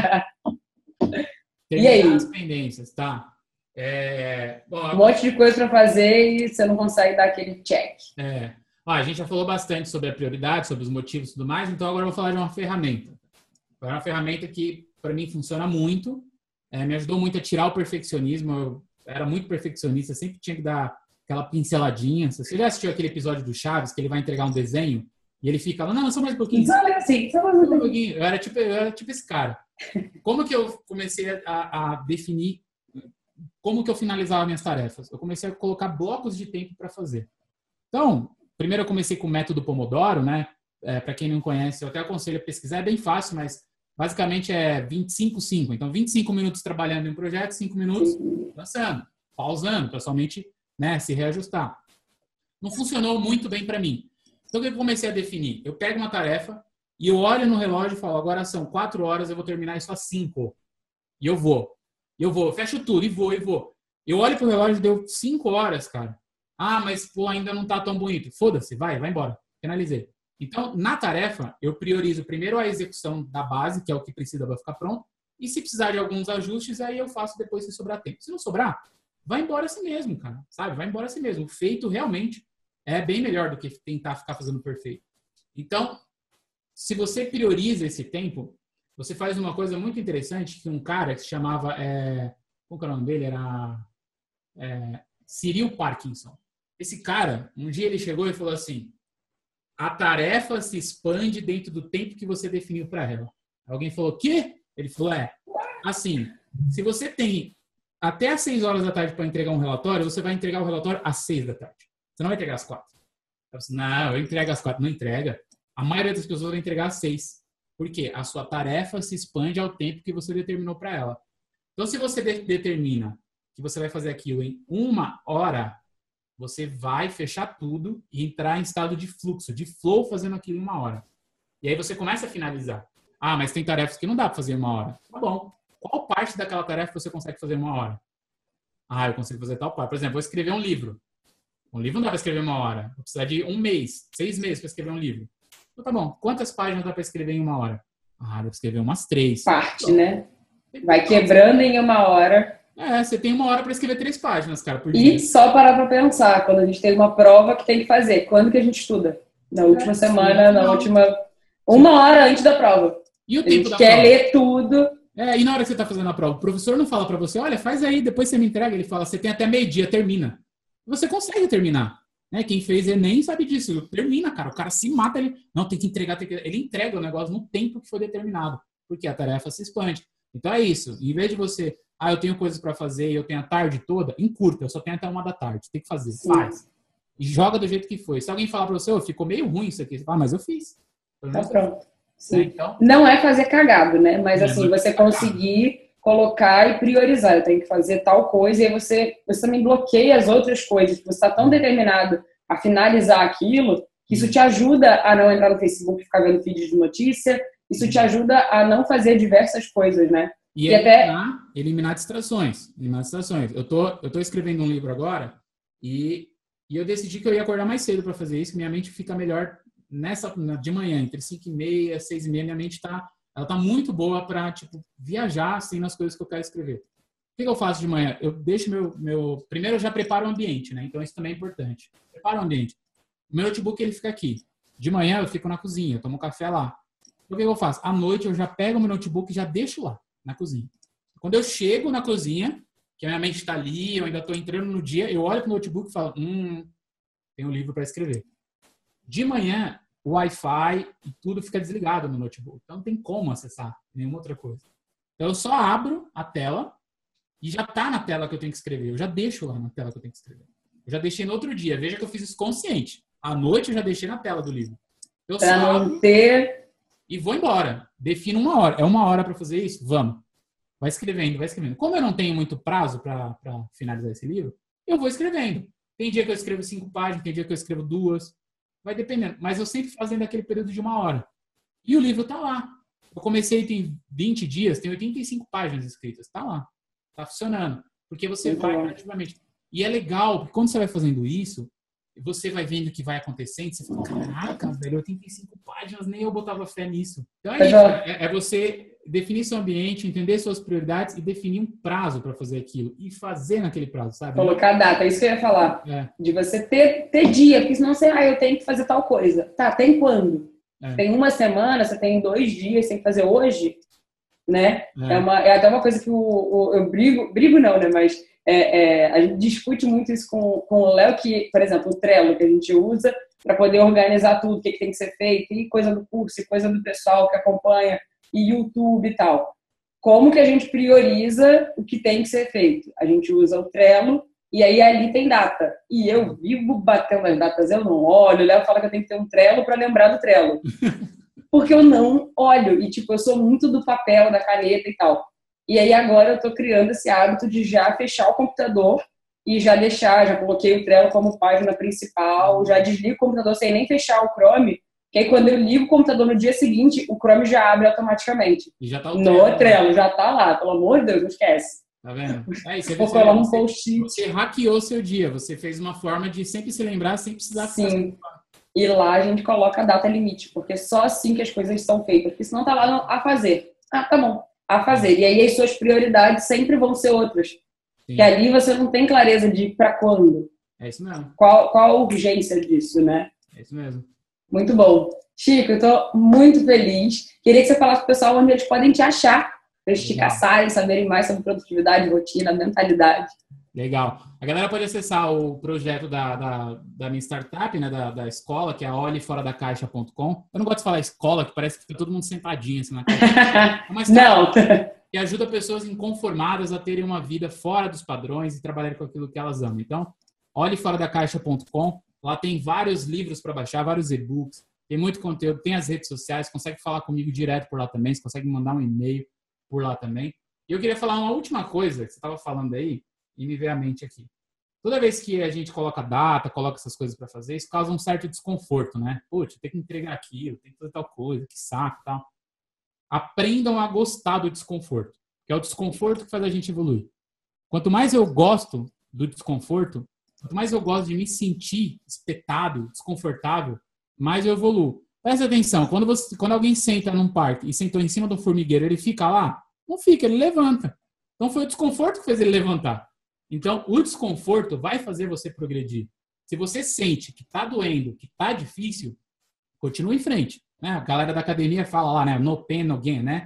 E aí? As pendências, tá? É... Bom, um monte de coisa para fazer e você não consegue dar aquele check. É. Ó, a gente já falou bastante sobre a prioridade, sobre os motivos e tudo mais, então agora eu vou falar de uma ferramenta. É uma ferramenta que, para mim, funciona muito. É, me ajudou muito a tirar o perfeccionismo. Eu era muito perfeccionista, sempre tinha que dar aquela pinceladinha. Você já assistiu aquele episódio do Chaves, que ele vai entregar um desenho e ele fica lá, não, só mais um pouquinho. Só assim, só mais um pouquinho. Eu era tipo, eu era tipo esse cara. Como que eu comecei a, a definir como que eu finalizava minhas tarefas? Eu comecei a colocar blocos de tempo para fazer. Então, primeiro eu comecei com o método Pomodoro, né? É, para quem não conhece, eu até aconselho a pesquisar, é bem fácil, mas basicamente é vinte e cinco, cinco. Então, vinte e cinco minutos trabalhando em um projeto, cinco minutos dançando, pausando, para somente, né, se reajustar. Não funcionou muito bem para mim. Então, o que eu comecei a definir? Eu pego uma tarefa e eu olho no relógio e falo, agora são quatro horas, eu vou terminar isso às cinco. E eu vou. Eu vou, fecho tudo e vou, e vou. Eu olho pro relógio e deu cinco horas, cara. Ah, mas pô, ainda não tá tão bonito. Foda-se, vai, vai embora. Finalizei. Então, na tarefa, eu priorizo primeiro a execução da base, que é o que precisa para ficar pronto. E se precisar de alguns ajustes, aí eu faço depois se sobrar tempo. Se não sobrar, vai embora assim mesmo, cara. Sabe? Vai embora assim mesmo. O feito realmente é bem melhor do que tentar ficar fazendo perfeito. Então, se você prioriza esse tempo, você faz uma coisa muito interessante que um cara que se chamava... É, qual que é o nome dele? Era é, Cyril Parkinson. Esse cara, um dia ele chegou e falou assim, a tarefa se expande dentro do tempo que você definiu para ela. Alguém falou, o quê? Ele falou, é, assim, se você tem até às seis horas da tarde para entregar um relatório, você vai entregar o relatório às seis da tarde. Você não vai entregar às quatro. Eu falei, não, eu entrego às quatro. Não entrega. A maioria das pessoas vai entregar às seis. Por quê? A sua tarefa se expande ao tempo que você determinou para ela. Então, se você de- determina que você vai fazer aquilo em uma hora, você vai fechar tudo e entrar em estado de fluxo, de flow, fazendo aquilo em uma hora. E aí você começa a finalizar. Ah, mas tem tarefas que não dá para fazer em uma hora. Tá bom. Qual parte daquela tarefa você consegue fazer em uma hora? Ah, eu consigo fazer tal parte. Por exemplo, vou escrever um livro. Um livro não dá para escrever em uma hora. Vou precisar de um mês, seis meses para escrever um livro. Então tá bom. Quantas páginas dá para escrever em uma hora? Ah, dá para escrever umas três. Parte, então, né? Vai quebrando em uma hora. É, você tem uma hora para escrever três páginas, cara, por dia. E só parar para pensar, quando a gente tem uma prova que tem que fazer, quando que a gente estuda? Na última É, semana, sim, na não. última... Uma hora antes da prova. E o A tempo gente da quer prova? ler tudo. É, e na hora que você está fazendo a prova, o professor não fala para você, olha, faz aí, depois você me entrega. Ele fala, você tem até meio-dia, termina. Você consegue terminar. Né? Quem fez Enem sabe disso. Termina, cara. O cara se mata, ele não tem que entregar, tem que... ele entrega o negócio no tempo que foi determinado, porque a tarefa se expande. Então é isso. Em vez de você, ah, eu tenho coisas para fazer e eu tenho a tarde toda, encurta, eu só tenho até uma da tarde. Tem que fazer, Sim. faz. E joga do jeito que foi. Se alguém falar para você, oh, ficou meio ruim isso aqui, você fala, ah, mas eu fiz. Tá pronto. Sim. Né? Então, não é fazer cagado, né? Mas é, assim, não é você cagado. conseguir colocar e priorizar. Eu tenho que fazer tal coisa e aí você, você também bloqueia as outras coisas. Você está tão determinado a finalizar aquilo que isso te ajuda a não entrar no Facebook e ficar vendo vídeos de notícia. Isso te ajuda a não fazer diversas coisas, né? E, E eliminar, até... eliminar distrações. Eliminar distrações. Eu tô, eu tô escrevendo um livro agora e, e eu decidi que eu ia acordar mais cedo para fazer isso, que minha mente fica melhor nessa de manhã, entre cinco e meia, seis e meia, minha mente tá, ela tá muito boa para tipo, viajar assim, nas coisas que eu quero escrever. O que, que eu faço de manhã? Eu deixo meu, meu... Primeiro eu já preparo o ambiente, né? Então isso também é importante. Preparo o ambiente. O meu notebook ele fica aqui. De manhã eu fico na cozinha, eu tomo café lá. Então, o que, que eu faço? À noite eu já pego o meu notebook e já deixo lá, na cozinha. Quando eu chego na cozinha, que a minha mente está ali, eu ainda estou entrando no dia, eu olho pro notebook e falo, hum, tem um livro para escrever. De manhã, o Wi-Fi e tudo fica desligado no notebook. Então não tem como acessar nenhuma outra coisa. Então eu só abro a tela e já está na tela que eu tenho que escrever. Eu já deixo lá na tela que eu tenho que escrever. Eu já deixei no outro dia. Veja que eu fiz isso consciente. À noite eu já deixei na tela do livro. Eu Para só não ter... E vou embora. Defino uma hora. É uma hora para fazer isso? Vamos. Vai escrevendo, vai escrevendo. Como eu não tenho muito prazo para finalizar esse livro, eu vou escrevendo. Tem dia que eu escrevo cinco páginas, tem dia que eu escrevo duas. Vai dependendo. Mas eu sempre fazendo aquele período de uma hora. E o livro tá lá. Eu comecei tem vinte dias, tem oitenta e cinco páginas escritas. Tá lá. Tá funcionando. Porque você Muito vai bom. gradativamente. E é legal, porque quando você vai fazendo isso, você vai vendo o que vai acontecendo, você fala, caraca, velho, oitenta e cinco páginas, nem eu botava fé nisso. Então é isso, é, é você definir seu ambiente, entender suas prioridades e definir um prazo para fazer aquilo. E fazer naquele prazo, sabe? Colocar data, é isso que eu ia falar. É. De você ter, ter dia, porque senão você, ah, eu tenho que fazer tal coisa. Tá, tem quando? É. Tem uma semana, você tem dois dias, você tem que fazer hoje, né? É, é, uma, é até uma coisa que o, o, eu brigo, brigo não, né? Mas é, é, a gente discute muito isso com, com o Léo, que, por exemplo, o Trello que a gente usa para poder organizar tudo, o que, que tem que ser feito, e coisa do curso, e coisa do pessoal que acompanha, e YouTube e tal. Como que a gente prioriza o que tem que ser feito? A gente usa o Trello e aí ali tem data. E eu vivo batendo as datas, eu não olho. O Léo fala que eu tenho que ter um Trello para lembrar do Trello. Porque eu não olho. E, tipo, eu sou muito do papel, da caneta e tal. E aí agora eu tô criando esse hábito de já fechar o computador e já deixar, já coloquei o Trello como página principal, já desligo o computador sem nem fechar o Chrome, que aí quando eu ligo o computador no dia seguinte, o Chrome já abre automaticamente. E já tá o no Trello, Trello, né? já tá lá, pelo amor de Deus, não esquece. Tá vendo? É isso, Vou você, colar um você, post-it. você hackeou seu dia, você fez uma forma de sempre se lembrar, sem precisar ficar... Sim. E lá a gente coloca a data limite, porque é só assim que as coisas são feitas, porque senão tá lá no, a fazer. Ah, tá bom, a fazer. E aí as suas prioridades sempre vão ser outras. Sim. Que ali você não tem clareza de para quando. É isso mesmo. Qual, qual a urgência disso, né? É isso mesmo. Muito bom. Chico, eu tô muito feliz. Queria que você falasse pro pessoal onde eles podem te achar, para eles te Legal. caçarem, saberem mais sobre produtividade, rotina, mentalidade. Legal. A galera pode acessar o projeto da, da, da minha startup, né, da, da escola, que é olhe fora da caixa ponto com. Eu não gosto de falar escola, que parece que fica todo mundo sentadinho assim na caixa. É uma Não. que ajuda pessoas inconformadas a terem uma vida fora dos padrões e trabalhar com aquilo que elas amam. Então, olhe fora da caixa ponto com. Lá tem vários livros para baixar, vários e-books, tem muito conteúdo, tem as redes sociais, consegue falar comigo direto por lá também, você consegue mandar um e-mail por lá também. E eu queria falar uma última coisa que você estava falando aí, e me veio à mente aqui. Toda vez que a gente coloca data, coloca essas coisas para fazer, isso causa um certo desconforto, né? Putz, tem que entregar aquilo, tem que fazer tal coisa, que saco e tal. Aprendam a gostar do desconforto, que é o desconforto que faz a gente evoluir. Quanto mais eu gosto do desconforto, quanto mais eu gosto de me sentir espetado, desconfortável, mais eu evoluo. Presta atenção, quando, você, quando alguém senta num parque e sentou em cima do formigueiro, ele fica lá? não fica, ele levanta. Então foi o desconforto que fez ele levantar. Então o desconforto vai fazer você progredir. Se você sente que tá doendo, que tá difícil, continua em frente. Né? A galera da academia fala lá, né? No pain, no gain, né?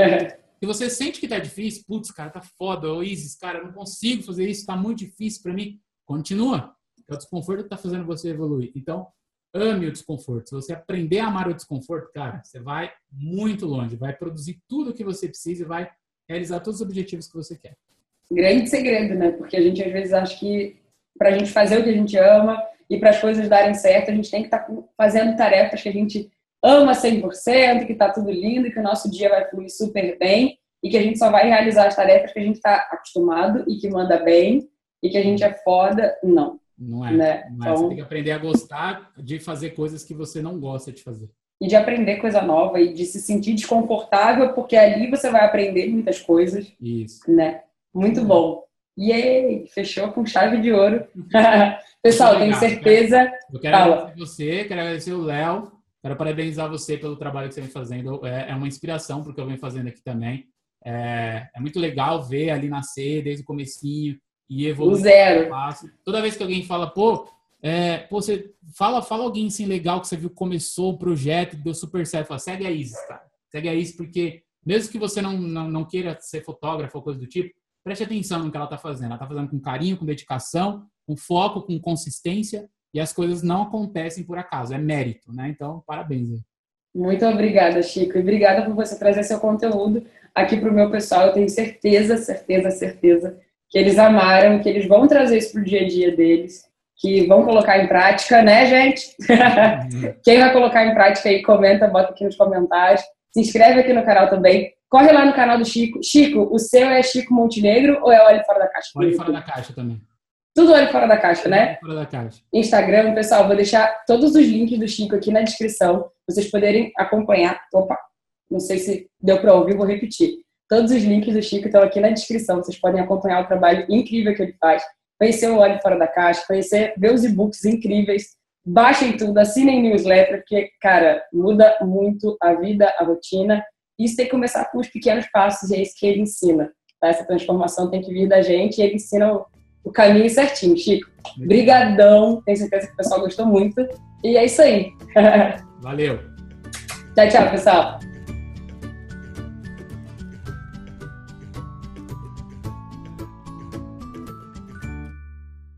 Se você sente que tá difícil, putz, cara, tá foda, ô Isis, cara, eu não consigo fazer isso, tá muito difícil para mim. Continua. É o desconforto que tá fazendo você evoluir. Então, ame o desconforto. Se você aprender a amar o desconforto, cara, você vai muito longe, vai produzir tudo o que você precisa e vai realizar todos os objetivos que você quer. Grande segredo, né? Porque a gente às vezes acha que pra gente fazer o que a gente ama e para as coisas darem certo, a gente tem que estar tá fazendo tarefas que a gente ama cem por cento, que tá tudo lindo, que o nosso dia vai fluir super bem e que a gente só vai realizar as tarefas que a gente tá acostumado e que manda bem e que a gente é foda. Não. Não é. Né? Não é. Então, você tem que aprender a gostar de fazer coisas que você não gosta de fazer. E de aprender coisa nova e de se sentir desconfortável, porque ali você vai aprender muitas coisas. Isso. Né? Muito bom. E aí, fechou com chave de ouro. Pessoal, tenho certeza... Eu quero Fala. agradecer você, quero agradecer o Léo, quero parabenizar você pelo trabalho que você vem fazendo. É, é uma inspiração para o que eu venho fazendo aqui também. É, é muito legal ver ali nascer desde o comecinho e evoluir. O zero. Toda vez que alguém fala, pô, é, pô você fala, fala alguém assim legal que você viu que começou o projeto, deu super certo, fala, segue a Isis, cara. Segue a Isis, porque mesmo que você não, não, não queira ser fotógrafo ou coisa do tipo, preste atenção no que ela está fazendo. Ela está fazendo com carinho, com dedicação, com foco, com consistência, e as coisas não acontecem por acaso, é mérito, né? Então, parabéns. Muito obrigada, Chico, e obrigada por você trazer seu conteúdo aqui para o meu pessoal. Eu tenho certeza, certeza, certeza que eles amaram, que eles vão trazer isso para o dia a dia deles, que vão colocar em prática, né, gente? Quem vai colocar em prática aí, comenta, bota aqui nos comentários. Se inscreve aqui no canal também. Corre lá no canal do Chico. Chico, o seu é Chico Montenegro ou é Olhe Fora da Caixa? Olhe Fora da Caixa também. Tudo Olhe Fora da Caixa, né? Fora da Caixa. Instagram, pessoal, vou deixar todos os links do Chico aqui na descrição, pra vocês poderem acompanhar. Opa, não sei se deu para ouvir, vou repetir. Todos os links do Chico estão aqui na descrição, vocês podem acompanhar o trabalho incrível que ele faz, conhecer o Olhe Fora da Caixa, conhecer, ver os e-books incríveis, baixem tudo, assinem newsletter, porque, cara, muda muito a vida, a rotina. Isso tem que começar com os pequenos passos e é isso que ele ensina. Tá? Essa transformação tem que vir da gente e ele ensina o, o caminho certinho. Chico, brigadão. Tenho certeza que o pessoal gostou muito. E é isso aí. Valeu. Tchau, tchau, pessoal.